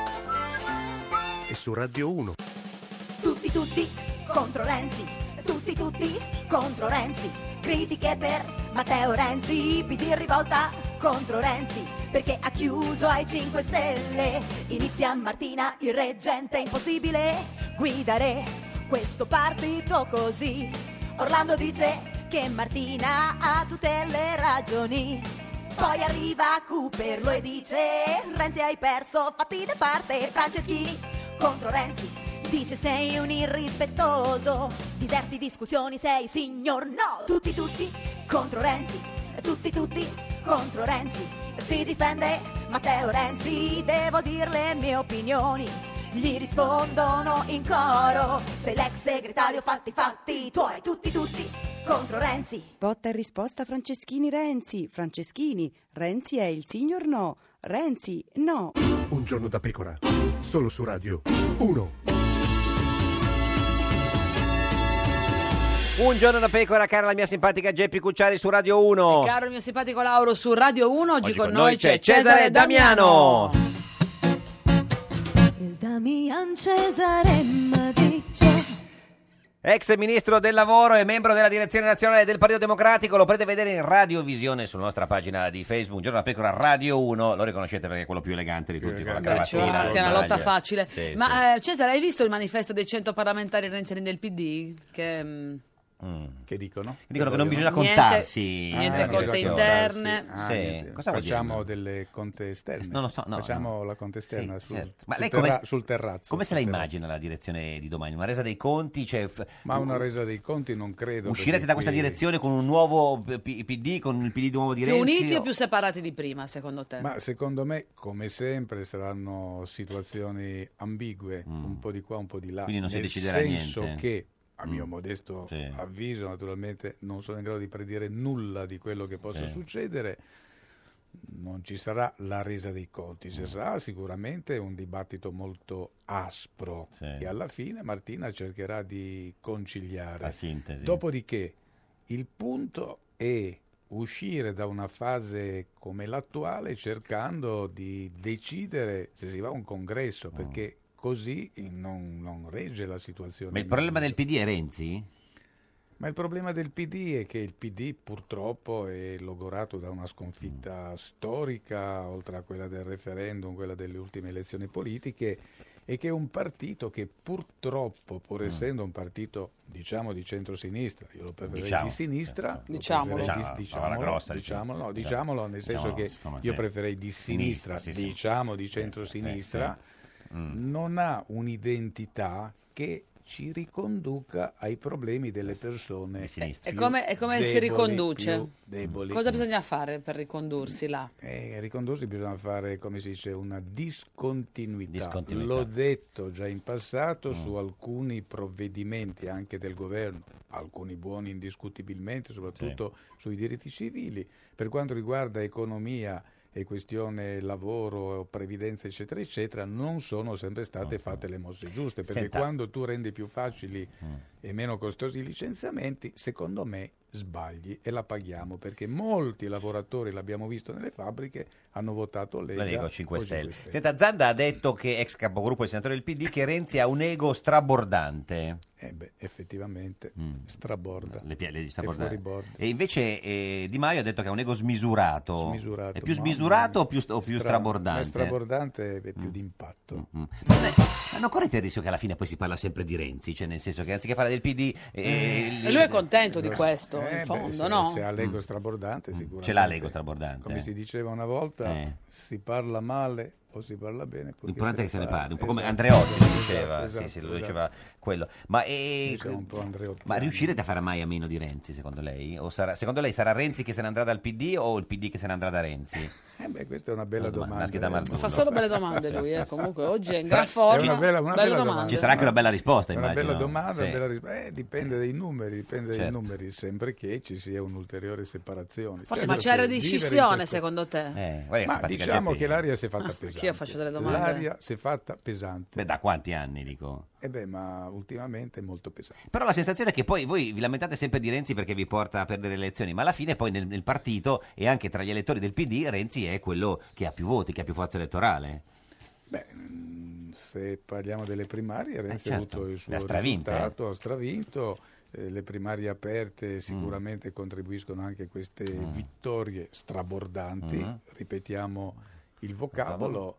e su Radio uno. Tutti tutti contro Renzi, tutti tutti contro Renzi, critiche per Matteo Renzi, P D in rivolta contro Renzi, perché ha chiuso ai cinque Stelle, inizia Martina il reggente, impossibile guidare questo partito così, Orlando dice che Martina ha tutte le ragioni. Poi arriva Cooperlo e dice Renzi hai perso, fatti da parte. Franceschini contro Renzi dice sei un irrispettoso, diserti discussioni sei signor no. Tutti tutti contro Renzi, tutti tutti contro Renzi, si difende Matteo Renzi, devo dir le mie opinioni, gli rispondono in coro, sei l'ex segretario fatti i fatti tuoi. Tutti tutti contro Renzi. Botta in risposta Franceschini Renzi. Franceschini, Renzi è il signor no. Renzi, no. Un giorno da pecora, solo su Radio uno. Un Giorno da Pecora, cara la mia simpatica Geppi Cucciari su Radio uno. Caro il mio simpatico Lauro su Radio uno, oggi, Oggi con, con noi noi c'è c'è Cesare Damiano. Il Damian Cesare m'ha dice Ex ministro del lavoro e membro della direzione nazionale del Partito Democratico, lo potete vedere in radiovisione sulla nostra pagina di Facebook, Un Giorno da Pecora Radio uno, lo riconoscete perché è quello più elegante di tutti, con la Beh, ci vuole cavattina. anche una la lotta maglia. facile. Sì, sì. Ma eh, Cesare, hai visto il manifesto dei cento parlamentari renziani del P D? Che, mm, Mm. Che dicono? Dicono che non bisogna Niente- contarsi. niente Ah, conte contarsi. interne. Ah, Sì. niente. Cosa vuol dire? Facciamo delle conte esterne. Non lo so, no, Facciamo no. la conte esterna Sì, sul, certo. Ma sul lei come, terra- sul terrazzo. come se la sul terrazzo. immagina la direzione di domani? Una resa dei conti? Cioè, f- Ma una resa dei conti non credo. uscirete perché da questa qui- direzione con un nuovo P- P D, con il P D nuovo di Più Renzi? uniti o- o più separati di prima, secondo te? Ma secondo me, come sempre, saranno situazioni ambigue, un po' di qua, un po' di là. Quindi non si nel deciderà senso niente. che, a mio Mm. modesto Sì. avviso, naturalmente, non sono in grado di predire nulla di quello che possa Sì. succedere. Non ci sarà la resa dei conti, ci sarà sicuramente un dibattito molto aspro Sì. che alla fine Martina cercherà di conciliare. La sintesi. Dopodiché il punto è uscire da una fase come l'attuale cercando di decidere se si va a un congresso, perché così non, non regge la situazione. Ma il problema del P D è Renzi? Ma il problema del P D è che il P D purtroppo è logorato da una sconfitta storica, oltre a quella del referendum, quella delle ultime elezioni politiche, e che è un partito che purtroppo, pur essendo un partito diciamo di centrosinistra, io lo preferirei Diciamo, di sinistra, certo. lo Diciamolo. preferirei Diciamo, di- parola diciamolo, grossa, diciamolo, no, diciamo. diciamolo nel senso Diciamolo, che insomma, io sì. preferirei di sinistra, Sinistra, sì, sì. diciamo di Sì, sì, centrosinistra, sì, sì. Mm. non ha un'identità che ci riconduca ai problemi delle persone E più come, e come si deboli, riconduce? più deboli. Cosa bisogna fare per ricondursi là? Eh, ricondursi bisogna fare, come si dice, una discontinuità. Discontinuità. L'ho detto già in passato Mm. su alcuni provvedimenti anche del governo, alcuni buoni indiscutibilmente, soprattutto sui diritti civili. Per quanto riguarda economia e questione lavoro, previdenza, eccetera, eccetera, non sono sempre state fatte le mosse giuste, perché Senta. quando tu rendi più facili e meno costosi i licenziamenti, secondo me sbagli e la paghiamo, perché molti lavoratori, l'abbiamo visto nelle fabbriche, hanno votato Lega, La Lega o cinque o Stelle. Senta, Zanda ha detto che, ex capogruppo del senatore del P D, che Renzi ha un ego strabordante. Eh beh, effettivamente straborda. Le, pia- le È straborda. fuori bordo. E invece eh, Di Maio ha detto che ha un ego smisurato. Smisurato, È più mamma smisurato mia. o più, o più Stra- strabordante? ma strabordante è più Mm. d'impatto. Mm. Ma non, è- ma non correte il rischio che alla fine poi si parla sempre di Renzi, cioè nel senso che anziché parlare del P D... eh, E lui è contento di questo, Eh, in beh, fondo, se, no? se ha l'ego strabordante sicuramente. Ce l'ha l'ego strabordante. Come si diceva una volta, Eh. si parla male o si parla bene. purché L'importante è che se ne parli, un po' come Esatto, Andreotti esatto, diceva, esatto, sì, sì, lo esatto. diceva quello. Ma, eh, Noi siamo un po' Andreotti. ma riuscirete a fare mai a meno di Renzi, secondo lei? O sarà, secondo lei sarà Renzi che se ne andrà dal P D o il P D che se ne andrà da Renzi? Eh beh, questa è una bella Una domanda, domanda. una scheda eh. Marzullo. Fa solo belle domande lui, eh. Comunque oggi è in gran È forma. una bella, una Belle bella domande. Ci sarà anche una bella risposta, Una immagino. bella domanda, Sì. una bella risposta. Eh, dipende dai numeri, dipende dai Certo. numeri, sempre che ci sia un'ulteriore separazione. Forse, Certo ma c'era che vivere in decisione questo- secondo te? Eh, guarda che Ma simpatica diciamo Geppi. che l'aria si è fatta Ah, pesante. perché io faccio delle domande? L'aria si è fatta pesante. Beh, da quanti anni, dico? Eh beh, ma ultimamente è molto pesante. Però la sensazione è che poi voi vi lamentate sempre di Renzi perché vi porta a perdere le elezioni, ma alla fine poi nel, nel partito e anche tra gli elettori del P D Renzi è quello che ha più voti, che ha più forza elettorale. Beh, mh, se parliamo delle primarie, Renzi certo, ha avuto il le suo ha stravinte, risultato, ha stravinto. Eh, le primarie aperte sicuramente contribuiscono anche a queste vittorie strabordanti. Mm. Ripetiamo il vocabolo.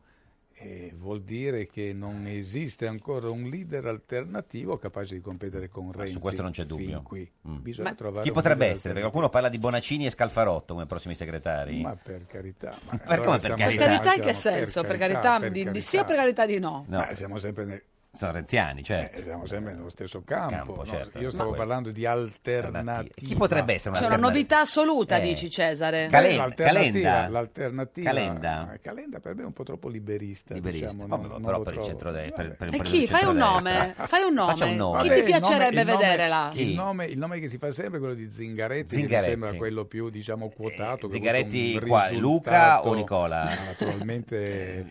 E vuol dire che non esiste ancora un leader alternativo capace di competere con Renzi. Su questo non c'è fin dubbio. qui. Mm. Bisogna Ma- trovare Chi un potrebbe leader essere? Perché alternativo. qualcuno parla di Bonaccini e Scalfarotto come prossimi segretari. Ma per carità. Ma Per come per siamo- Per carità? carità in che siamo- senso? Per carità, per di, di carità. sì o per carità di no? No. Ma siamo sempre nel, Sono renziani, certo. eh, siamo sempre nello stesso campo. Campo, no? certo. Io stavo Ma- parlando di alternativa. Chi potrebbe essere C'è una novità assoluta, Eh. dici Cesare? Cale- Eh, l'alternativa, Calenda. l'alternativa Calenda. eh, Calenda per me è un po' troppo liberista, Liberista. diciamo, Vabbè, non- non però lo per il trovo. centrodestra. Per, per, E per chi? il Fai un centrodestra. nome, fai un Faccia un nome. nome. Chi Vabbè, ti il nome- piacerebbe il nome- vedere là? Chi? Il nome, il nome che si fa sempre è quello di Zingaretti, Zingaretti. che mi sembra quello più diciamo quotato. che ha Zingaretti avuto un qua, risultato- Luca o Nicola? Ma naturalmente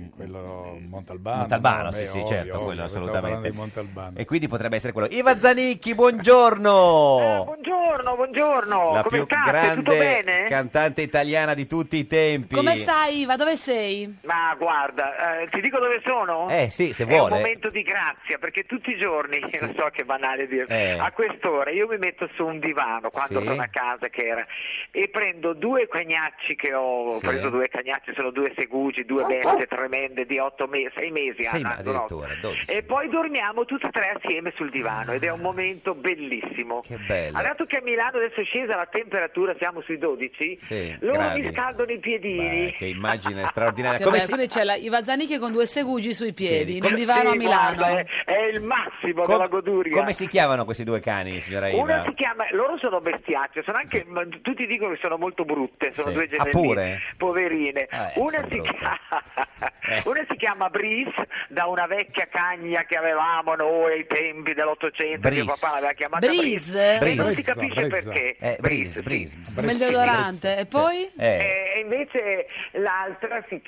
quello Montalbano. Montalbano, no? sì, Beh, sì, ovvio, certo, ovvio, quello stavo parlando assolutamente. di Montalbano. E quindi potrebbe essere quello. Iva Zanicchi, buongiorno! Buongiorno, buongiorno. La Come più state? Tutto grande bene? cantante italiana di tutti i tempi. Come stai Iva? Dove sei? Ma guarda, eh, ti dico dove sono? Eh sì, se È vuole. un momento di grazia, perché tutti i giorni, lo so che è banale dirlo, Eh. a quest'ora io mi metto su un divano quando Sì. sono a casa che era e prendo due cagnacci che ho, ho Sì. preso due cagnacci, sono due segugi, due bestie tremende di otto mesi, sei mesi Sei hanno, ma- no? addirittura, dodici. e poi dormiamo tutti e tre assieme sul divano ed è un momento bellissimo. Che bello. Ha dato che a Milano adesso è scesa la temperatura, siamo sui dodici, Sì, loro gradi. mi scaldano i piedini. Beh, che immagine straordinaria. Che Come bello, si, quindi c'è la Iva Zanicchi con due segugi sui piedi, in un Come- divano Sì, a Milano. guarda, è, è il massimo com- della goduria. come si chiamano questi due cani, signora Iva? Una si chiama, loro sono bestiacce, sono anche, ma tutti dicono che sono molto brutte, sono Sì. due Ah, gemelline, pure? poverine. Eh, una, sono si brutte. chiama, Eh. una si chiama Breeze, da una vecchia cagna che avevamo noi ai tempi dell'Ottocento, mio Breeze. papà l'aveva chiamata Breeze? Breeze. E non si Brezza, capisce Brezza. perché. Eh, Breeze, Breeze. Come il deodorante. E poi? Eh. E invece l'altra si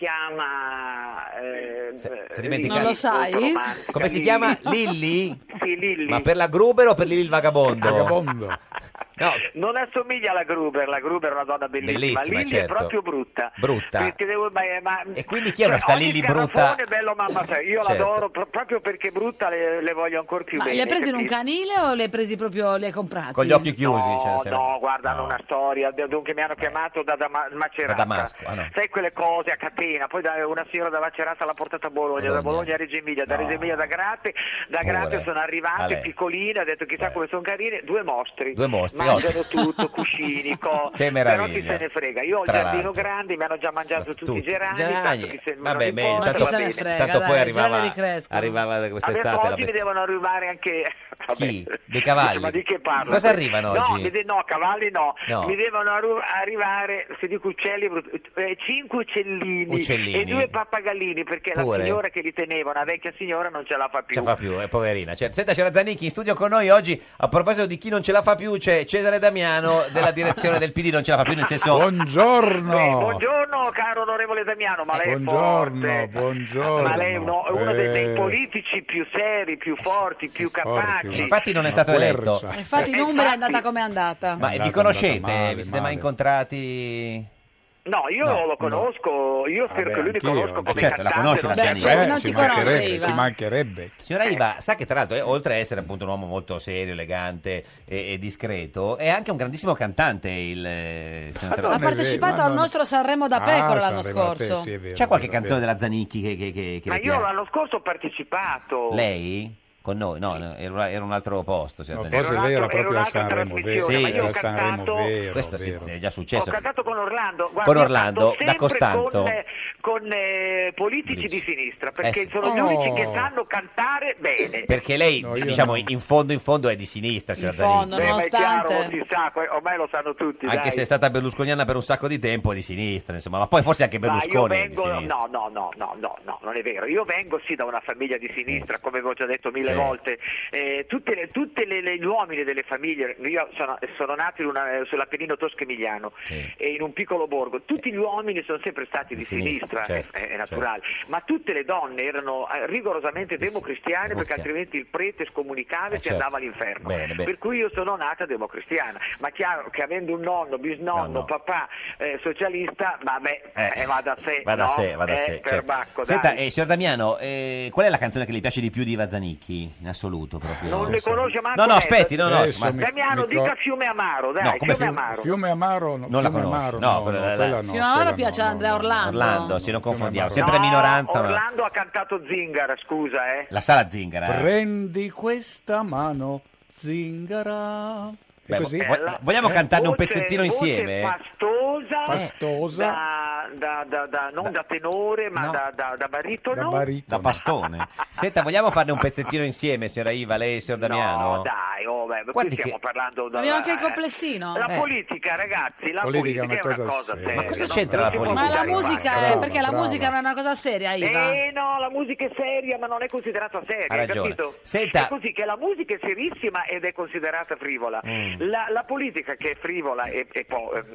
chiama eh, si dimentica- Non lo sai? romantica, Come si Lilli. chiama? Lilli? Sì, Lilli. Ma per la Gruber o per Lilli il vagabondo? Vagabondo. No, Non assomiglia alla Gruber, la Gruber è una donna bellissima, Bellissima, Lilli certo. è proprio brutta. Brutta. Perché devo- ma- ma- E quindi chi è una cioè, sta ogni Lilli scarafone brutta? è bello mamma sei. Io Certo. l'adoro pro- proprio perché brutta le, le voglio ancora più Ma bene. li hai presi in un capito? canile o li hai presi proprio, li hai comprati? Con gli occhi chiusi. No, cioè, se no- no, guarda, hanno una storia. d- Dunque mi hanno chiamato da, Dama- Macerata. Da Damasco, ah, no. Sai quelle cose a catena. Poi da- una signora da Macerata l'ha portata a Bologna, da Bologna. Bologna a Reggio Emilia, da No. Reggio Emilia da Grate. Da Pure. Grate sono arrivate Ale. piccoline, ha detto chissà come sono carine. Due mostri. Due mostri, Mangiano ottimo. tutto, cuscini, co- Che però meraviglia. chi se ne frega. Io ho il Tra giardino l'altro. grande, mi hanno già mangiato tutti i gerani. Gerani. tanto chi se- Vabbè, non bene, importa, tanto, chi se ne va bene. frega, tanto dai, poi i arrivava, gerani ricrescono. arrivava quest'estate Adesso la oggi mi bestia. devono arrivare anche vabbè. Chi? Dei cavalli? Ma di che parlo? Cosa arrivano no, oggi? mi de- no, cavalli no. No. Mi devono arru- arrivare, se dico uccelli, eh, cinque uccellini, Uccellini. e due pappagallini, perché Pure? la signora che li teneva, una vecchia signora, non ce la fa più. Ce la fa più, eh, poverina. Certo. Senta, c'era Zanicchi in studio con noi oggi. A proposito di chi non ce la fa più, c'è Cesare Damiano della direzione del P D. Non ce la fa più, nel senso. Buongiorno. Beh, buongiorno caro onorevole Damiano, ma lei è Buongiorno, forte. buongiorno. Ma lei è uno, è uno dei, dei Eh. politici più seri, più forti, più capaci. Infatti non è stato Una eletto. quercia. Infatti in Umbria è andata come è andata. Ma andata, vi è conoscete? andata male, vi siete mai male. incontrati? No, io No, lo conosco, io spero Vabbè, che lui mi anch'io, conosco anch'io. come Certo, la cantante. conosce la non Beh, Zanicchi. cioè, Eh, non ci ti conosce, mancherebbe, Iva. ci mancherebbe. Signora Iva, sa che tra l'altro, eh, oltre a essere appunto un uomo molto serio, elegante e, e discreto, è anche un grandissimo cantante il eh, signor non Ha è partecipato vero, al ma non- nostro Sanremo da Ah, pecora l'anno Sanremo da te, scorso. sì, è vero, C'è qualche è vero, canzone è vero. della Zanicchi che, che, che, che Ma le io piace? l'anno scorso ho partecipato. Lei? Con noi? No, no, era, era un altro posto. signor No, Zanicchi. forse Era lei era un'altra- proprio a era un'altra Sanremo, vero? trasmissione, ma Era io a ho Sanremo, cantato- vero, Questo sì, vero. è già Ho successo. cantato con Orlando, guarda, Con io Orlando, canto da sempre Costanzo. con, eh, con, eh, politici di sinistra, perché Eh sì. sono gli Oh. unici che sanno cantare bene. Perché lei, No, io diciamo, no. in fondo in fondo è di sinistra, signor In fondo, Zanicchi. Beh, ma è nonostante- chiaro, si sa, que- ormai lo sanno tutti. Anche dai. se è stata berlusconiana per un sacco di tempo, è di sinistra, insomma, ma poi forse anche Ma io Berlusconi è di vengo, sinistra. no, no, no, no, no, no, non è vero. Io vengo sì da una famiglia di sinistra, come avevo già detto mille Sì. volte. Eh, tutte le, tutte le, le- gli uomini delle famiglie, io sono, sono nato in una- eh, sull'Appennino tosco-emiliano Sì. e in un piccolo borgo. Tutti gli uomini sono sempre stati di Di sinistra, sinistra, certo, è, è naturale. Ma tutte le donne erano eh, rigorosamente Sì, sì, democristiane, perché democristiane. altrimenti il prete scomunicava e Eh, si certo. andava all'inferno. Bene, bene. Per cui io sono nata democristiana. Ma chiaro che avendo un nonno, bisnonno, No, no. papà eh, socialista, vabbè, Eh, eh, va da sé. Va da no? sé, va da Eh, sé. per certo. bacco, Senta, dai. eh, signor Damiano, eh, qual è la canzone che le piace di più di Iva Zanicchi? In assoluto, proprio. Non le conosce manco No, no, lei. aspetti, no, no. Adesso ma- mi- Damiano, mi dica cor- Fiume Amaro, dai, No, come Fiume Fiume- Amaro. Fiume Amaro, no, Non la Fiume conosce, Amaro, no, no, quella- no, la- quella no, Fiume Amaro quella piace no, a Andrea no, no. Orlando. Orlando, sì, non Fiume confondiamo. Amaro. Sempre No, minoranza, ma... Orlando ha cantato Zingara, scusa, eh. La sala Zingara. Prendi questa mano, zingara. E Beh, così? vo- vo- vogliamo Eh? cantarne un Voce- pezzettino voce insieme? pastosa, Pastosa. da, da, da, da- non da, tenore, ma No. da, da, da baritono. Da baritono. Da pastone. Senta, vogliamo farne un pezzettino insieme, signora Iva, lei e signor Damiano? No, dai, oh, beh, qui Guardi stiamo che- parlando da, Abbiamo anche il eh, complessino. La Eh. politica, ragazzi, la Politica politica, è una è una cosa cosa seria. seria. Ma cosa no? c'entra Non la si può politica? Ma la buttare in musica mare. è Brava, perché la brava. musica è una cosa seria, Iva. Eh no, la musica è seria, ma non è considerata seria, Ha hai ragione. capito? Senta- È così che la musica è serissima ed è considerata frivola. Mm. La, la politica che è frivola e, e po- eh,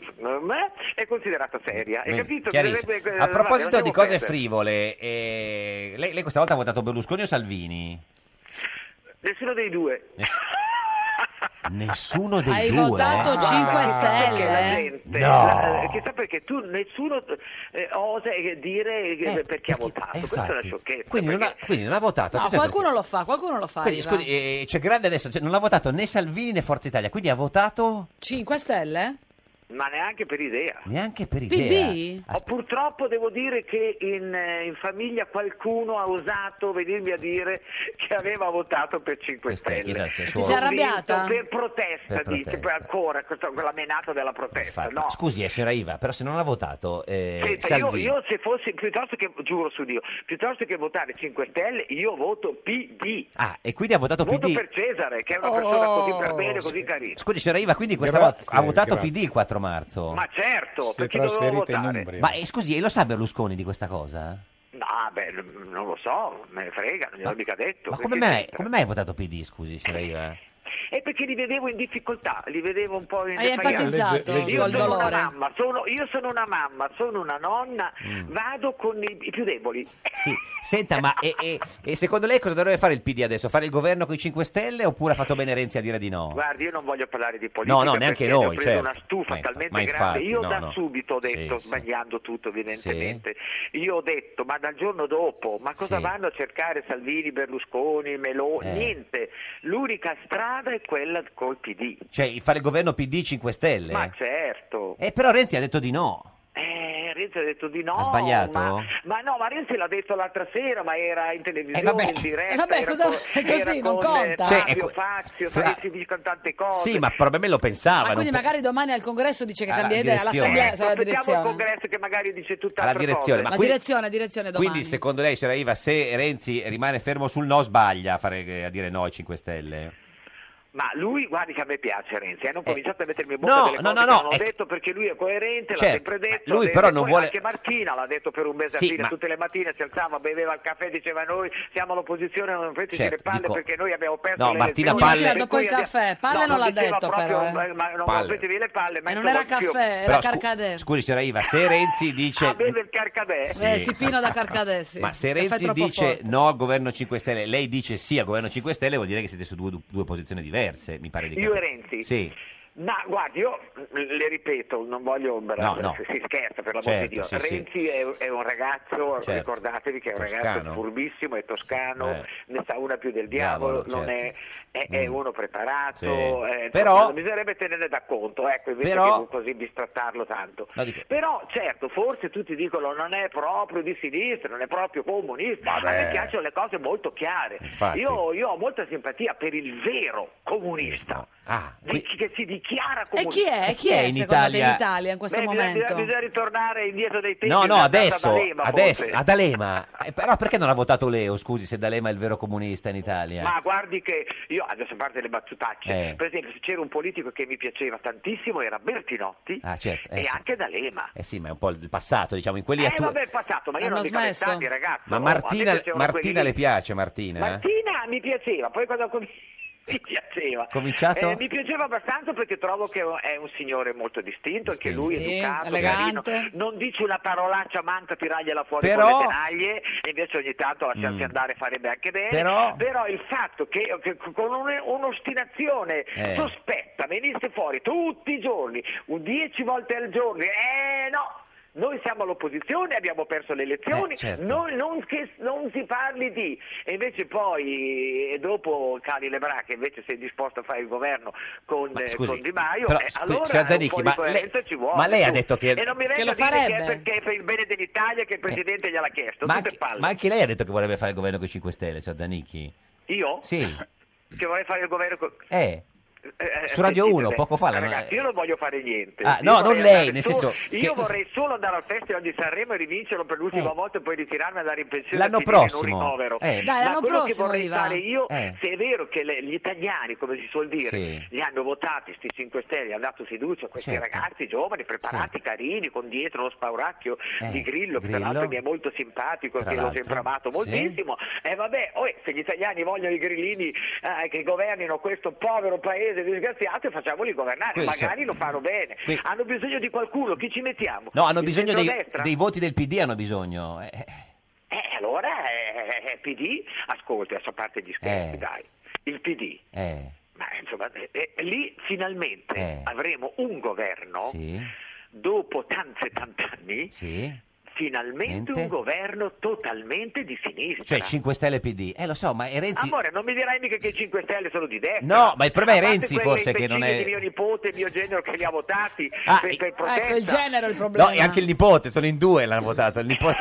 è considerata seria, hai Bene, capito? chiarissimo. Bisognerebbe- A proposito non di siamo cose perdere. frivole, eh, lei, lei questa volta ha votato Berlusconi o Salvini? Nessuno dei due. Ness- Nessuno dei Hai due? votato eh? cinque Perché la Stelle? gente, No. la- chissà perché tu nessuno eh, osa eh, dire eh, Eh, perché ha votato, eh, questa è una infatti. sciocchezza. Quindi non, ha, perché- quindi non ha votato. No, attenzione, qualcuno lo fa, qualcuno lo fa. Quindi, Iva. scusi, eh, c'è grande adesso, cioè, non ha votato né Salvini né Forza Italia, quindi ha votato cinque Stelle? Ma neanche per idea. Neanche per P idea. D? Oh, purtroppo devo dire che in, eh, in famiglia qualcuno ha osato venirmi a dire che aveva votato per cinque Questa è- Stelle. chi sa- se Ti suo- sei arrabbiata? Per protesta, Per dice, protesta. poi ancora questa, quella menata della protesta. Infatti, No. ma Scusi, eh, signora Iva, però se non ha votato eh, Senta, io, Salvini... io se fossi, piuttosto che, giuro su Dio, piuttosto che votare cinque Stelle, io voto P D. Ah, e quindi ha votato Voto P D? per Cesare, che è una persona Oh. così per bene, così carina. Scusi, signora Iva, quindi questa Grazie, volta ha votato grazie. P D il quattro marzo? Ma certo, Si è perché dovevo trasferita in votare? Umbria. Ma eh, scusi, e lo sa Berlusconi di questa cosa? No, beh, non lo so, me ne frega, non gliel'ho mica detto. Ma perché come mai, c'entra? come mai ha votato P D, scusi, signora Iva? È perché li vedevo in difficoltà, li vedevo un po' in Hai empatizzato Legge- legge- Io col sono una dolore. mamma, sono, io sono una mamma, sono una nonna, Mm. vado con i, i più deboli. Sì, senta, ma e, e- e secondo lei cosa dovrebbe fare il P D adesso? Fare il governo con i cinque Stelle oppure ha fatto bene Renzi a dire di no? Guardi, io non voglio parlare di politica. No, no, neanche perché noi, Ho preso certo. una stufa Ma infa- talmente ma grande. infatti, Io no, da no. subito ho detto, Sì, sì. sbagliando tutto evidentemente, io ho detto, ma dal giorno dopo, ma cosa Sì. vanno a cercare Salvini, Berlusconi, Meloni? Eh. Niente. L'unica strada è quella col P D. Cioè, fare il governo P D cinque Stelle? Ma certo. Eh, però Renzi ha detto di no. Eh, Renzi ha detto di no. Ha sbagliato? Ma, ma no, ma Renzi l'ha detto l'altra sera, ma era in televisione, Eh, vabbè. in diretta. Eh, vabbè, era cosa- con, così, era non con, eh, conta. Cioè, Fabio ecco, Fazio, fra- sai, si dicono tante cose. Sì, ma probabilmente lo pensava. Ma quindi non po- magari domani al congresso dice che Alla cambia idea, direzione. all'assemblea Ecco, sarà la aspettiamo il direzione. congresso che magari dice tutt'altre Alla direzione, cose. ma La qui- direzione, direzione domani. Quindi, secondo lei, signora Iva, se Renzi rimane fermo sul no, sbaglia a, fare, a dire no ai cinque Stelle? Ma lui, guardi che a me piace Renzi, hanno Eh. cominciato a mettermi in bocca No, delle no, cose no, che no, non ho è- detto perché lui è coerente, l'ha Certo, sempre detto. lui ha però detto- non poi vuole- Anche Martina l'ha detto per un mese Sì, a fine, ma- tutte le mattine si alzava, beveva il caffè, diceva noi siamo all'opposizione, non prendeteci Certo, le palle dico- perché noi abbiamo perso No, le Martina elezioni. Palle- Martina, Per dopo cui il abbiamo- caffè, Palle No, non l'ha diceva detto proprio, però, eh. eh, ma non Palle. mettevi le palle, ma E non insomma, era più- caffè, era Però, scu- Carcadè. scusi, signora Iva, se Renzi dice... Ah, beve il carcadè. Sì. Eh, tipino da Carcadè, sì. Ma se Caffè Renzi troppo dice forte. no al governo cinque Stelle, lei dice sì al governo cinque Stelle, vuol dire che siete su due, due posizioni diverse, mi pare di Io e capire. Renzi? Sì. Ma guardi, io le ripeto, non voglio No, no. si scherza per l'amor Certo, di Dio. sì, sì. Renzi è, è un ragazzo, Certo. ricordatevi che è un Toscano. ragazzo furbissimo, è toscano, Eh. ne sa una più del diavolo, Diavolo, non è, è, è Mm. uno preparato, Sì. eh, Però- insomma, bisognerebbe tenerne da conto, ecco, invece Però- che non così bistrattarlo tanto. No, dico- Però certo, forse tutti dicono non è proprio di sinistra, non è proprio comunista, Vabbè. a me piacciono le cose molto chiare. Infatti. Io, io ho molta simpatia per il vero comunista. Ah, di- che si dichiara E comunista. chi è? E Chi chi è è in secondo te Italia? in Italia in questo Beh, bisogna- momento? Bisogna, bisogna ritornare indietro dei tempi. No, no, bisogna andare adesso, ad Alema, adesso, forse. ad Alema. Eh, però perché non ha votato Leo, scusi, se D'Alema è il vero comunista in Italia? Ma guardi che io, adesso a parte le battutacce, Eh. per esempio se c'era un politico che mi piaceva tantissimo era Bertinotti Ah, certo. Eh, e sì. anche D'Alema. Eh sì, ma è un po' il passato, diciamo, in quelli Eh attu- vabbè, è passato, ma io Hanno non dico smesso? vent'anni, ragazzo. Ma Oh, a me Martina, piacevano Martina quelli le lì. piace, Martina? Martina mi piaceva, poi quando ho com- mi piaceva. Cominciato? Eh, mi piaceva abbastanza perché trovo che è un signore molto distinto, anche lui Sì, educato, elegante. carino. Non dice una parolaccia manca, tirargliela fuori Però- con le tenaglie, e invece ogni tanto lasciarsi Mm. andare farebbe anche bene. Però- il fatto che, che con un- un'ostinazione Eh. sospetta venisse fuori tutti i giorni, un dieci volte al giorno, eh no! Noi siamo all'opposizione, abbiamo perso le elezioni, Eh, certo. noi non, che, non si parli di... E invece poi, e dopo Cali Lebrà, che invece sei disposto a fare il governo con, Ma eh, scusi, con Di Maio, però, eh, scusi, allora signora un Zanicchi, po' di ma coerenza lei- ci vuole. ma lei ha su. detto che- E non mi Che venga lo a dire che è farebbe. perché è per il bene dell'Italia che il Presidente gliel'ha chiesto, Ma tutte anche, palle. ma anche lei ha detto che vorrebbe fare il governo con i cinque Stelle, signor Zanicchi? Io? Sì. Che vorrei fare il governo con... Eh. Eh, Su Radio sentite, uno, beh, poco fa, la- ragazzi, io non voglio fare niente. Ah, Io no, vorrei non lei, andare nel solo- senso io che- vorrei solo andare al Festival di Sanremo e rivincerlo per l'ultima Eh. volta e poi ritirarmi e andare in pensione L'anno e finire in prossimo. un ricovero. Eh. Dai, Ma l'anno quello prossimo, che vorrei Iva. fare io, Eh. se è vero che le- gli italiani, come si suol dire, Sì. li hanno votati, sti cinque Stelle, hanno dato fiducia a questi Certo. ragazzi giovani, preparati, carini, con dietro lo spauracchio Eh, di Grillo, che Grillo. tra l'altro mi è molto simpatico, Tra che l'ho l'altro. sempre amato Sì. moltissimo. E vabbè, oh, se gli italiani vogliono i grillini eh, che governino questo povero paese disgraziato, facciamoli governare, Questo- magari lo fanno bene. Qui- Hanno bisogno di qualcuno, chi ci mettiamo? No, hanno Il bisogno dei, centrodestra? dei voti del P D, hanno bisogno. Eh, Eh, allora è, è P D, ascolti, a sua parte gli scherzi, Eh. dai. Il P D, eh, ma insomma, eh, eh, lì finalmente Eh. avremo un governo, sì, dopo tanti e tanti anni, sì. finalmente Mente? un governo totalmente di sinistra. Cioè cinque Stelle P D. Eh lo so, ma è Renzi... Amore, non mi dirai mica che i cinque Stelle sono di destra. No, ma il problema è A parte Renzi quelle forse che non imbecilli è... di mio nipote e mio genero che li ha votati Ah, per, per protesta. Ecco, il genero è il problema. No, e anche il nipote, sono in due l'hanno votato, il nipote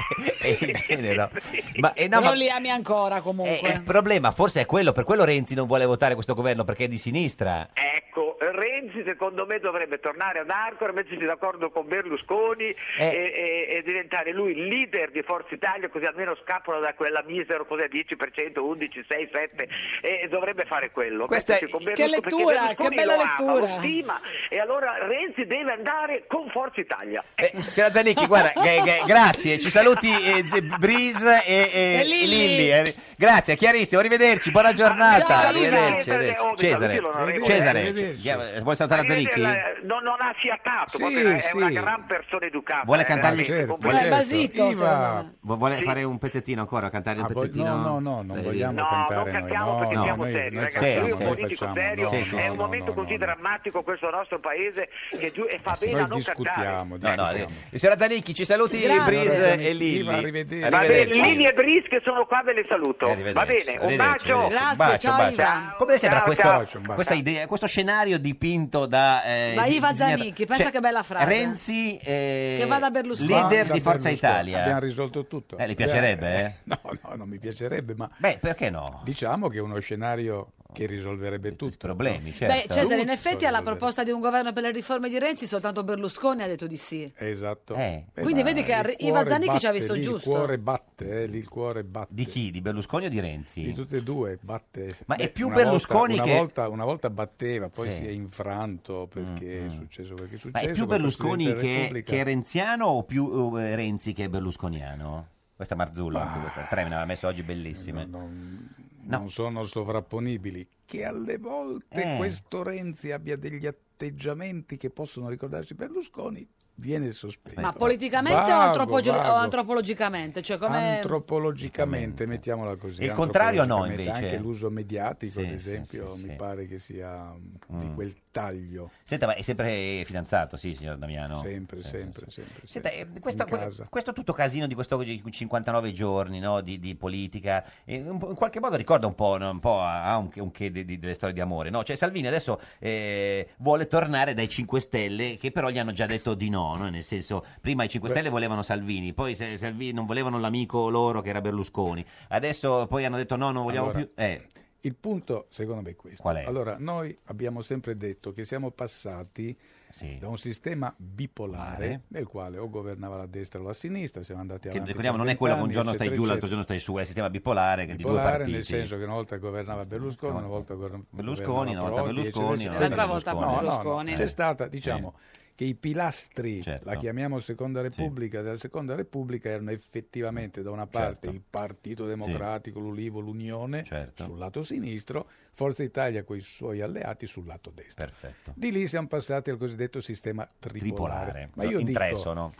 e il genero. Ma, eh, no, Però ma li ami ancora comunque. il problema forse è quello, per quello Renzi non vuole votare questo governo, perché è di sinistra. Ecco, Renzi secondo me dovrebbe tornare ad Ancora, mettersi d'accordo con Berlusconi Eh. e, e- e diventare lui il leader di Forza Italia, così almeno scappano da quella misero cos'è, dieci per cento, undici, sei, sette, e dovrebbe fare quello. Questa Mettersi è- con Che Berlusconi, perché lettura, Berlusconi che bella lo ama, lettura. lo stima, e allora Renzi deve andare con Forza Italia. Eh, signora Zanicchi, guarda, g- g- grazie, ci saluti eh, Z- Brise e, e- E Lilli. e Lilli, eh. Grazie, chiarissimo, arrivederci, buona giornata. Ciao, arrivederci, Ivan. arrivederci. Oh, mi Cesare, saluti l'onorevole. Cesare, Arrivederci. chi- vuoi salutare Zanicchi? Eh, Non, non ha fiatato, Sì, proprio, è sì. una gran persona educata. Vuole eh, cantargli- veramente, certo, Vuole complimenti. basito, Iva. secondo me. Vu- Vuole Sì. fare un pezzettino ancora, cantare un Ah, voi- pezzettino? no, no, no, non Eh, vogliamo No, cantare non noi. cantiamo No, perché no, siamo noi- seri, noi ragazzi. Sì, Lui è sì. un noi politico facciamo- serio, Sì, sì, è sì. un no, momento no, così no, no. drammatico questo nostro paese che giù, e fa Sì, bene a noi non discutiamo, cantare. No, no, discutiamo. eh, signora Zanicchi, ci saluti Grazie. Brise e Lilli. Iva, arrivederci. Va bene, Arrivederci. Lini e Bris che sono qua, ve le saluto. Eh, Va arrivederci, bene, un arrivederci, bacio. arrivederci. Grazie, Un bacio, ciao, un bacio. Iva. Come le sembra Ciao, questo, ciao. Un bacio. questa idea, questo scenario dipinto da, eh, Da di- Iva disegnato- Zanicchi, pensa che bella frase. Renzi eh, Che va da Berlusconi. leader Da di Forza Berlusconi. Italia. Abbiamo risolto tutto. Eh, le piacerebbe, eh? No, no, non mi piacerebbe, ma Beh, perché no? diciamo che è uno scenario che risolverebbe tutti I problemi, certo. Beh, Cesare, in Tutto effetti alla risolverebbe. proposta di un governo per le riforme di Renzi soltanto Berlusconi ha detto di sì. Esatto. Eh. Eh, Quindi ma vedi che il Ar- Iva cuore Zanicchi ci ha batte visto lì, giusto. Il cuore batte, eh, lì il cuore batte. Di chi? Di Berlusconi o di Renzi? Di tutte e due batte. Ma è Beh, più una Berlusconi volta, che- una volta, una volta batteva, poi Sì. si è infranto perché Mm, mm. è successo quel che è Ma successo. è più col Berlusconi Presidente della che, Repubblica. che è renziano o più eh, Renzi che è berlusconiano? Questa Marzullo, Ma- anche questa tre me ne aveva messo oggi bellissime. Non, No. non sono sovrapponibili. Che alle volte Eh. questo Renzi abbia degli atteggiamenti che possono ricordarsi Berlusconi, viene sospeso. Ma politicamente o, Vago, antropogi- o vago. antropologicamente? Cioè come... Antropologicamente, mettiamola così. E il contrario no, antropologicamente. invece? Anche l'uso mediatico, Sì, ad sì, esempio, sì, mi sì. pare che sia mm, di Mm. quel taglio. Senta, ma è sempre fidanzato, sì, signor Damiano? Sempre, Sì, sempre, sì, sì. sempre. Senta, sempre. eh, questo, In casa. questo tutto casino di questo cinquantanove giorni no, di, di politica, eh, un po'- in qualche modo ricorda un po', no, un po' a, a un, un che di- di- delle storie di amore. No? Cioè Salvini adesso eh, vuole tornare dai cinque Stelle, che però gli hanno già detto di no, no? Nel senso, prima i cinque Beh. Stelle volevano Salvini, poi se- Salvini non volevano l'amico loro che era Berlusconi, adesso poi hanno detto no, non vogliamo Allora, più... Eh, Il punto, secondo me, è questo. Qual è? Allora, noi abbiamo sempre detto che siamo passati sì. da un sistema bipolare Mare. nel quale o governava la destra o la sinistra, siamo andati Che avanti. ricordiamo per non è quello che un vent'anni, giorno stai eccetera, giù, l'altro eccetera. giorno stai su, è il sistema bipolare che di due Bipolare partiti. nel senso che una volta governava Berlusconi, una volta govern- Berlusconi, governava una volta Prodi, Berlusconi, eccetera, una L'altra eccetera. volta No, no, no, Berlusconi. c'è stata, diciamo, che i pilastri, Certo. la chiamiamo Seconda Repubblica, della Seconda Repubblica erano effettivamente da una parte Certo. il Partito Democratico, l'Ulivo, l'Unione Certo. sul lato sinistro, Forza Italia con i suoi alleati sul lato destro. Perfetto. Di lì siamo passati al cosiddetto sistema tripolare. Tripolare. Ma io in dico, tre sono.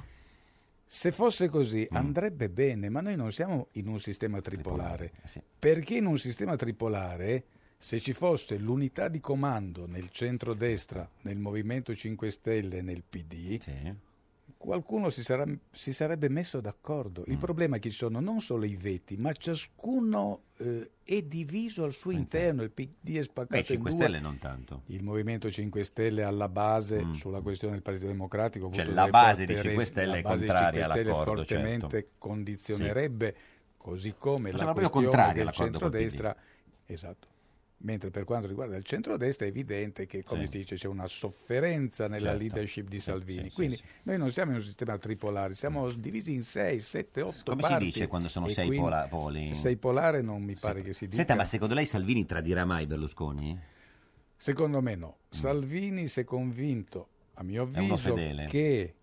se fosse così Mm. andrebbe bene, ma noi non siamo in un sistema tripolare. Tripolare, sì. Perché in un sistema tripolare, se ci fosse l'unità di comando nel centrodestra, nel Movimento cinque Stelle e nel P D, Sì. qualcuno si, sarà- si sarebbe messo d'accordo. Mm. Il problema è che ci sono non solo i veti, ma ciascuno eh, è diviso al suo interno. Il P D è spaccato Beh, in cinque due. Stelle non tanto. Il Movimento cinque Stelle alla base Mm. sulla questione del Partito Democratico. Cioè, avuto la delle base forti di cinque resi- Stelle la è base di contraria cinque Stelle all'accordo, fortemente certo. condizionerebbe, così come Ma la sono proprio questione contrari del all'accordo col P D. centrodestra. Esatto. Mentre per quanto riguarda il centrodestra è evidente che, come Sì. si dice, c'è una sofferenza nella Certo. leadership di Sì, Salvini. sì, sì, Quindi sì. noi non siamo in un sistema tripolare, siamo divisi in sei, sette, otto Come parti. si dice quando sono E sei quindi- pola- poli? Sei polare non mi pare che si dica. Senta, ma secondo lei Salvini tradirà mai Berlusconi? Secondo me no. Salvini si è convinto, a mio È uno avviso, fedele. che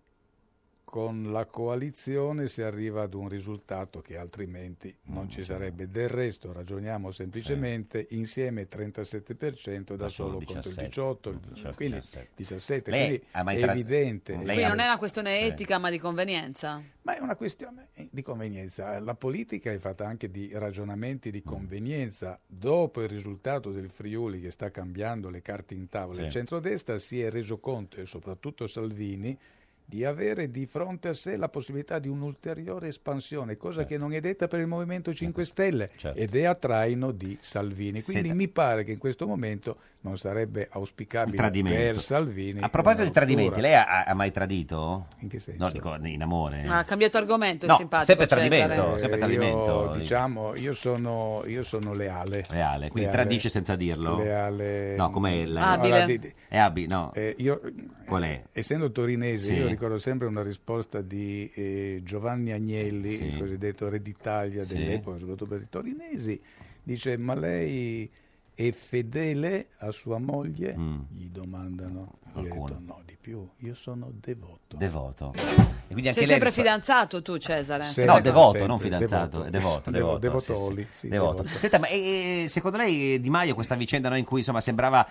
con la coalizione si arriva ad un risultato che altrimenti non Mm, ci sarebbe. Del resto ragioniamo semplicemente insieme trentasette per cento da, Da solo solo contro il diciassette. diciotto, Certo, quindi diciassette. diciassette, Lei quindi ha mai è tra- evidente. Lei Quindi ha- non è una questione Sì. etica ma di convenienza. Ma è una questione di convenienza. La politica è fatta anche di ragionamenti Mm. di convenienza. Dopo il risultato del Friuli che sta cambiando le carte in tavola, Sì. il centrodestra si è reso conto, e soprattutto Salvini, di avere di fronte a sé la possibilità di un'ulteriore espansione, cosa che non è detta per il Movimento cinque Stelle Certo. ed è a traino di Salvini. Quindi Senta. mi pare che in questo momento non sarebbe Un auspicabile tradimento. per Salvini. A proposito di una tradimenti, rottura. lei ha, ha mai tradito? In che senso? No, dico in amore. Ha cambiato argomento, è No, simpatico sempre tradimento. Cesare. sempre Eh, tradimento. Io, diciamo, io sono, io sono leale. Leale, quindi Leale. tradisce senza dirlo? Leale. No, com'è? La... Abile. Allora, di- di- È abile, no. eh, io, Qual è? Essendo torinese, Sì. io ricordo sempre una risposta di eh, Giovanni Agnelli, Sì. il cosiddetto re d'Italia Sì. dell'epoca, soprattutto per i torinesi. Dice: ma lei è fedele a sua moglie? Gli domandano. Io ho detto: Qualcuno. no, di più, io sono devoto. Devoto. E quindi anche Sei lei sempre fa- fidanzato tu, Cesare? Sì. No, devoto, sempre, non fidanzato, devoto. è devoto, Devo- devoto, devotoli, sì, sì, sì, devoto. devoto. Senta, ma eh, secondo lei Di Maio questa vicenda, no, in cui insomma sembrava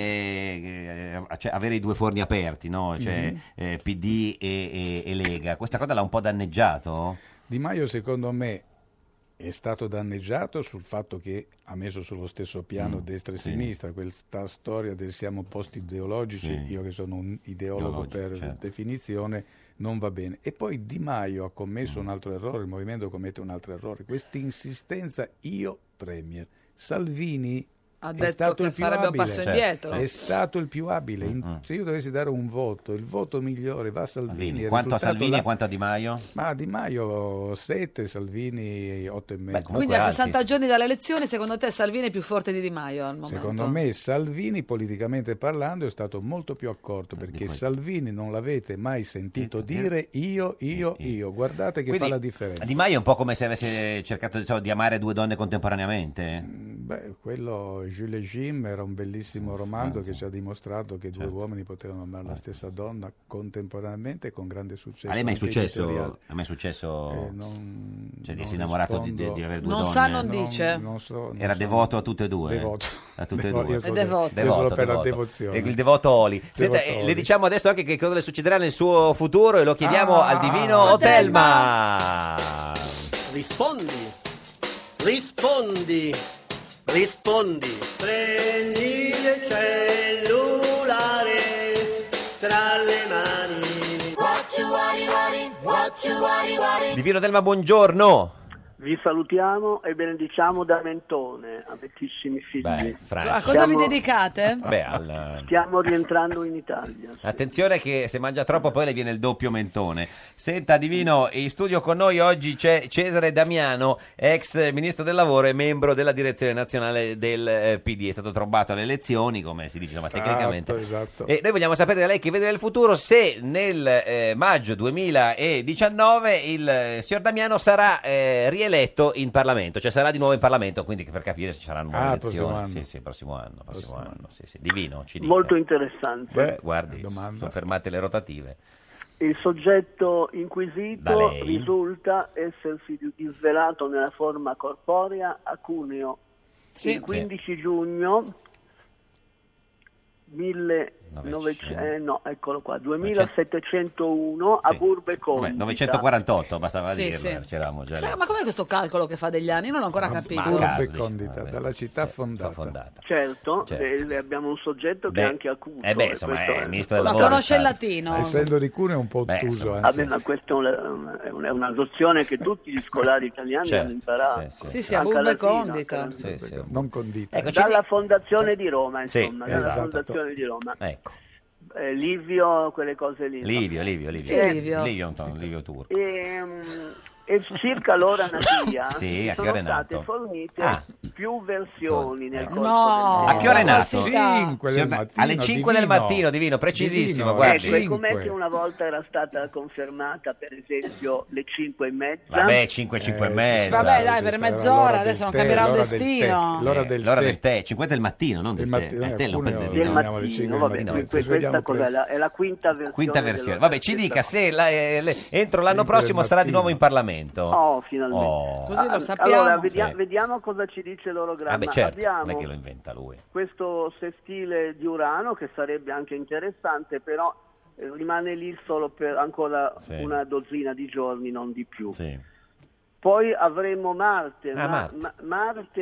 eh, eh, cioè, avere i due forni aperti, no? Cioè Mhm. eh, P D e, e- e Lega, questa cosa l'ha un po' danneggiato? Di Maio, secondo me, è stato danneggiato sul fatto che ha messo sullo stesso piano Mm, destra e sì. sinistra, questa storia del siamo posti ideologici, Sì. io che sono un ideologo Ideologici, per certo. definizione, non va bene. E poi Di Maio ha commesso un altro errore, il movimento commette un altro errore, questa insistenza io premier. Salvini Ha è detto stato che il più farebbe un abile, passo indietro. è stato il più abile. In- se io dovessi dare un voto, il voto migliore va a Salvini. Salvini. il Quanto a risultato Salvini là- e quanto a Di Maio? Ma Di Maio sette, Salvini otto e mezzo. Quindi a sessanta giorni dalle elezioni, secondo te Salvini è più forte di Di Maio al momento? Secondo me Salvini, politicamente parlando, è stato molto più accorto, perché Salvini non l'avete mai sentito dire io, io, io. Guardate che Quindi, fa la differenza. Di Maio è un po' come se avesse cercato diciamo, di amare due donne contemporaneamente? Beh, quello Jules et Jim era un bellissimo romanzo che ci ha dimostrato che due uomini potevano amare la stessa donna contemporaneamente con grande successo. A lei mai è anche successo? editoriale. A me è successo Eh, non- cioè, di non essere innamorato di, di- rispondo. di avere due Non donne? sa, non dice. Non so, non Era so. devoto a tutte e due? Devoto. A tutte Devo- e due. io sono È devoto. de- io sono per la devozione. E il devoto Oli. Senta, Devoto eh, Oli. le diciamo adesso anche che cosa le succederà nel suo futuro e lo chiediamo Ah. al divino Otelma. Otelma. Rispondi, rispondi, rispondi. Prendi il cellulare tra le mani. Divino Otelma, buongiorno. Vi salutiamo e benediciamo da Mentone, amatissimi figli. Beh, Francia. A cosa vi Stiamo- dedicate? Beh, al- Stiamo rientrando in Italia. Attenzione che se mangia troppo poi le viene il doppio mentone. Senta Divino, in studio con noi oggi c'è Cesare Damiano, ex ministro del lavoro e membro della direzione nazionale del eh, P D. È stato trovato alle elezioni, come si dice insomma, tecnicamente. esatto. E noi vogliamo sapere da lei che vede nel futuro se nel eh, maggio duemiladiciannove il eh, signor Damiano sarà eh, rieletto in Parlamento, cioè sarà di nuovo in Parlamento, quindi per capire se ci saranno nuove Ah, elezioni. prossimo anno. Sì, sì, prossimo anno. Prossimo anno, sì, sì. Divino, ci dica. Molto interessante. Beh, guardi, sono fermate le rotative. Il soggetto Da inquisito lei? risulta essersi svelato nella forma corporea a Cuneo Sì. il quindici giugno millenovecento, eh, no, eccolo qua, duemilasettecentouno a Burbe Vabbè, Condita. novecentoquarantotto, bastava Sì, dirlo, sì. eh, c'eravamo già Sa- lì. ma com'è questo calcolo che fa degli anni? Non l'ho ancora capito. a caso, Burbe dice, Condita, vabbè. dalla città fondata. Certo, Certo. eh, abbiamo un soggetto Beh, che è anche acuto. eh beh, e insomma, questo è il ministro del Ma lavoro. conosce il sa. latino? Essendo di Cuneo è un po' Beh, ottuso. insomma, eh. Vabbè, ma questa è, una- è una- è una nozione che tutti gli scolari italiani Certo, hanno imparato. sì, Sì, sì, a Anche Burbe latino, Condita. anche- Sì, sì. Non condita. Ecco, ci Dalla di- fondazione di Roma, Sì, insomma, dalla esatto. fondazione di Roma. Ecco. Eh, Livio, quelle cose lì. Livio, Livio, Livio. Chi è Livio? Livio, un- Livio Turco. E, mm, e circa l'ora natia Sì, a che sono ora è state nato? fornite Ah. più versioni nel corso No, del A che ora è nato? Cinque del Signor- mattino, alle cinque del divino. mattino, Divino, precisissimo, Divino, guardi. Ecco, e com'è cinque. che una volta era stata confermata, per esempio, le cinque e mezza? Vabbè, cinque, cinque e Eh, mezza. Vabbè, dai, per Era mezz'ora, l'ora adesso non del cambierà tè, un l'ora del destino. tè, l'ora del l'ora tè. del tè, cinque del mattino, non del Del tè. mattino, Eh, eh, tè, non Cuneo, per- Del no. Andiamo alle mattino, cinque vabbè, del que- mattino, que- ci vediamo questa cos'è? presto. La- è la quinta versione. Quinta versione. della- Vabbè, ci della- dica se la- eh, le- entro l'anno Cinque prossimo del sarà di mattino. nuovo in Parlamento. Oh, finalmente. Oh. Così lo Ah, sappiamo. Allora, vedia- Sì. vediamo cosa ci dice l'orogramma. Vabbè, certo, non Abbiamo è che lo inventa lui. questo sestile di Urano che sarebbe anche interessante, però eh, rimane lì solo per ancora Sì. una dozzina di giorni, non di più. Sì. Poi avremo Marte, Ah, ma- Marte. ma- Marte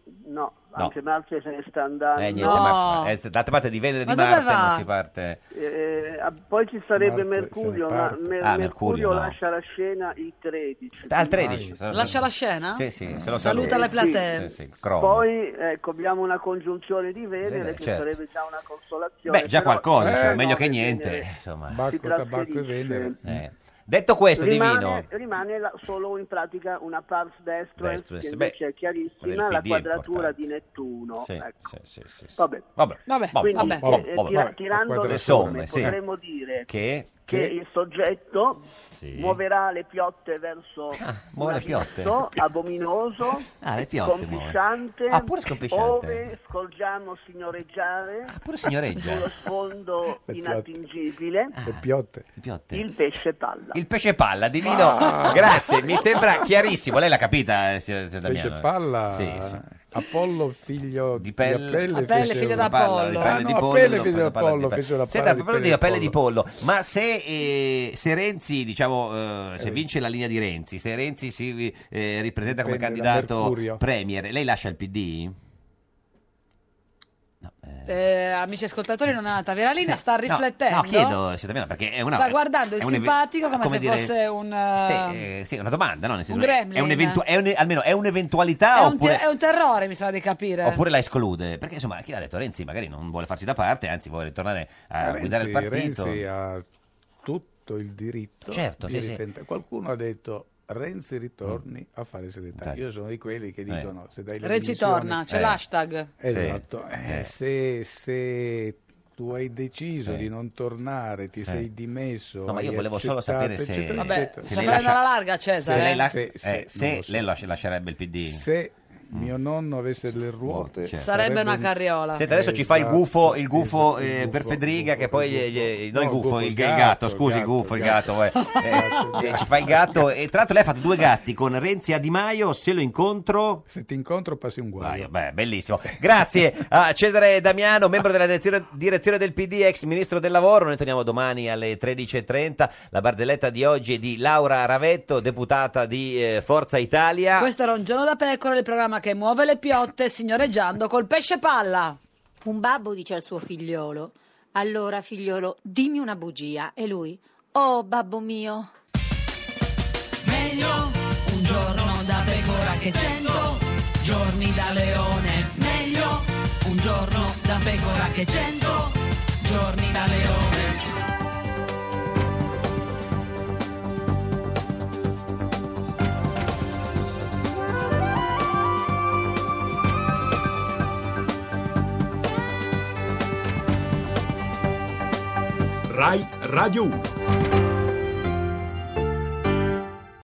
No, No. anche Marte se ne sta andando. Eh, niente, ma eh, d'altra parte di Venere e di Ma dove Marte va? non si parte. Eh, ah, poi ci sarebbe Marte Mercurio, se ne ma parte. Mer- Ah, Mercurio, Mercurio, no. lascia la scena il tredici. Ah, il tredici. Lascia la scena? Sì, sì, se lo Saluta le platee. Sì, sì, il cromo. Poi ecco, abbiamo una congiunzione di Venere Venere, che certo. sarebbe già una consolazione. Beh, già però- qualcosa, eh, insomma, no, meglio che che niente. Venere Insomma. si Bacco, tabacco e trasferisce. Venere. Eh. Detto questo, rimane, Divino. rimane la- solo in pratica una pars destruens, Destruens, che beh, invece è chiarissima, quella del la P D è quadratura importante. di Nettuno. Sì, ecco. sì, sì, sì, sì. Vabbè. Vabbè, Vabbè, Quindi, vabbè. eh, vabbè, eh, vabbè. tira- tirando le Le somme, somme, sì. potremmo dire Che? che il soggetto Sì. muoverà le piotte verso muove un le piotte? abisso abominoso, Ah, le piotte muove. scompisciante, Ah, pure scompisciante. ove scolgiamo signoreggiare pure signoreggia. sullo sfondo Le piotte. inatingibile Le piotte. Le piotte. il pesce palla. Il pesce palla, Divino, Ah. grazie, mi sembra chiarissimo. Lei l'ha capita, eh, signor signor Damiano? Pesce palla, Sì, sì. Apollo figlio di, pelle- Apelle, Apelle, fece- figlio Palla, d'Apollo. di Ah, pelle no, di pollo, Apelle no, figlio palla- palla d'Apollo, di fece la Senta, palla a di proposito di pelle pelle di di pollo, ma se, eh, se Renzi, diciamo, eh, se vince la linea di Renzi, se Renzi si eh, ripresenta come Dipende da candidato Mercurio. premier, lei lascia il P D? Eh, amici ascoltatori, non è andata via la linea, sta No, riflettendo. No, chiedo, signor Damiano, perché è una... Sta guardando il è un ev- simpatico come, se dire- fosse un... Sì, eh, eh, sì, una domanda, no? Nel senso, un gremlin. È un eventu- è un- almeno è un'eventualità è, un oppure... te- è un terrore, mi sembra di capire. Oppure la esclude? Perché insomma, chi l'ha detto? Renzi magari non vuole farsi da parte, anzi vuole tornare a Renzi, guidare il partito. Renzi ha tutto il diritto Certo, di sì, sì. ritentare. Qualcuno ha detto Renzi ritorni a fare segretario. Io sono di quelli che dicono se dai le Renzi dimissioni- torna, c'è Eh, l'hashtag. Esatto. Sì. Eh, Eh. Se, se tu hai deciso Sì. di non tornare, ti Sì. sei dimesso, No, ma io hai volevo solo accettato, sapere se... eccetera, Vabbè, eccetera. se sta lei prendendo lascia- la larga, Cesare. Se lei, la- Se- eh, se- se non lo so. lei lascia- lascerebbe il P D? Se mio nonno avesse delle ruote, certo. Sarebbe una un- carriola. Senta, adesso ci fa il Esatto, gufo, il gufo esatto, il eh, gufo, per Federica, il che gufo, poi il gli- gli- gufo. no, il No, gufo, il il, gufo, il il gatto, gatto, scusi, il il gufo, il gatto, gatto, eh, eh, eh, ci fa il gatto. E tra l'altro lei ha fatto due gatti con Renzi a Di Maio, se lo incontro... Se ti incontro passi un guaio. Beh, bellissimo. Grazie a Cesare Damiano, membro della direzione, direzione del P D, ex ministro del lavoro. Noi torniamo domani alle tredici e trenta. La barzelletta di oggi è di Laura Ravetto, deputata di eh, Forza Italia. Questo era Un giorno da pecora, il programma che muove le piotte signoreggiando col pesce palla. Un babbo dice al suo figliolo: allora figliolo, dimmi una bugia. E lui: oh babbo mio. Meglio un giorno da pecora che cento giorni da leone. Meglio un giorno da pecora che cento giorni da leone. Rai Radio uno.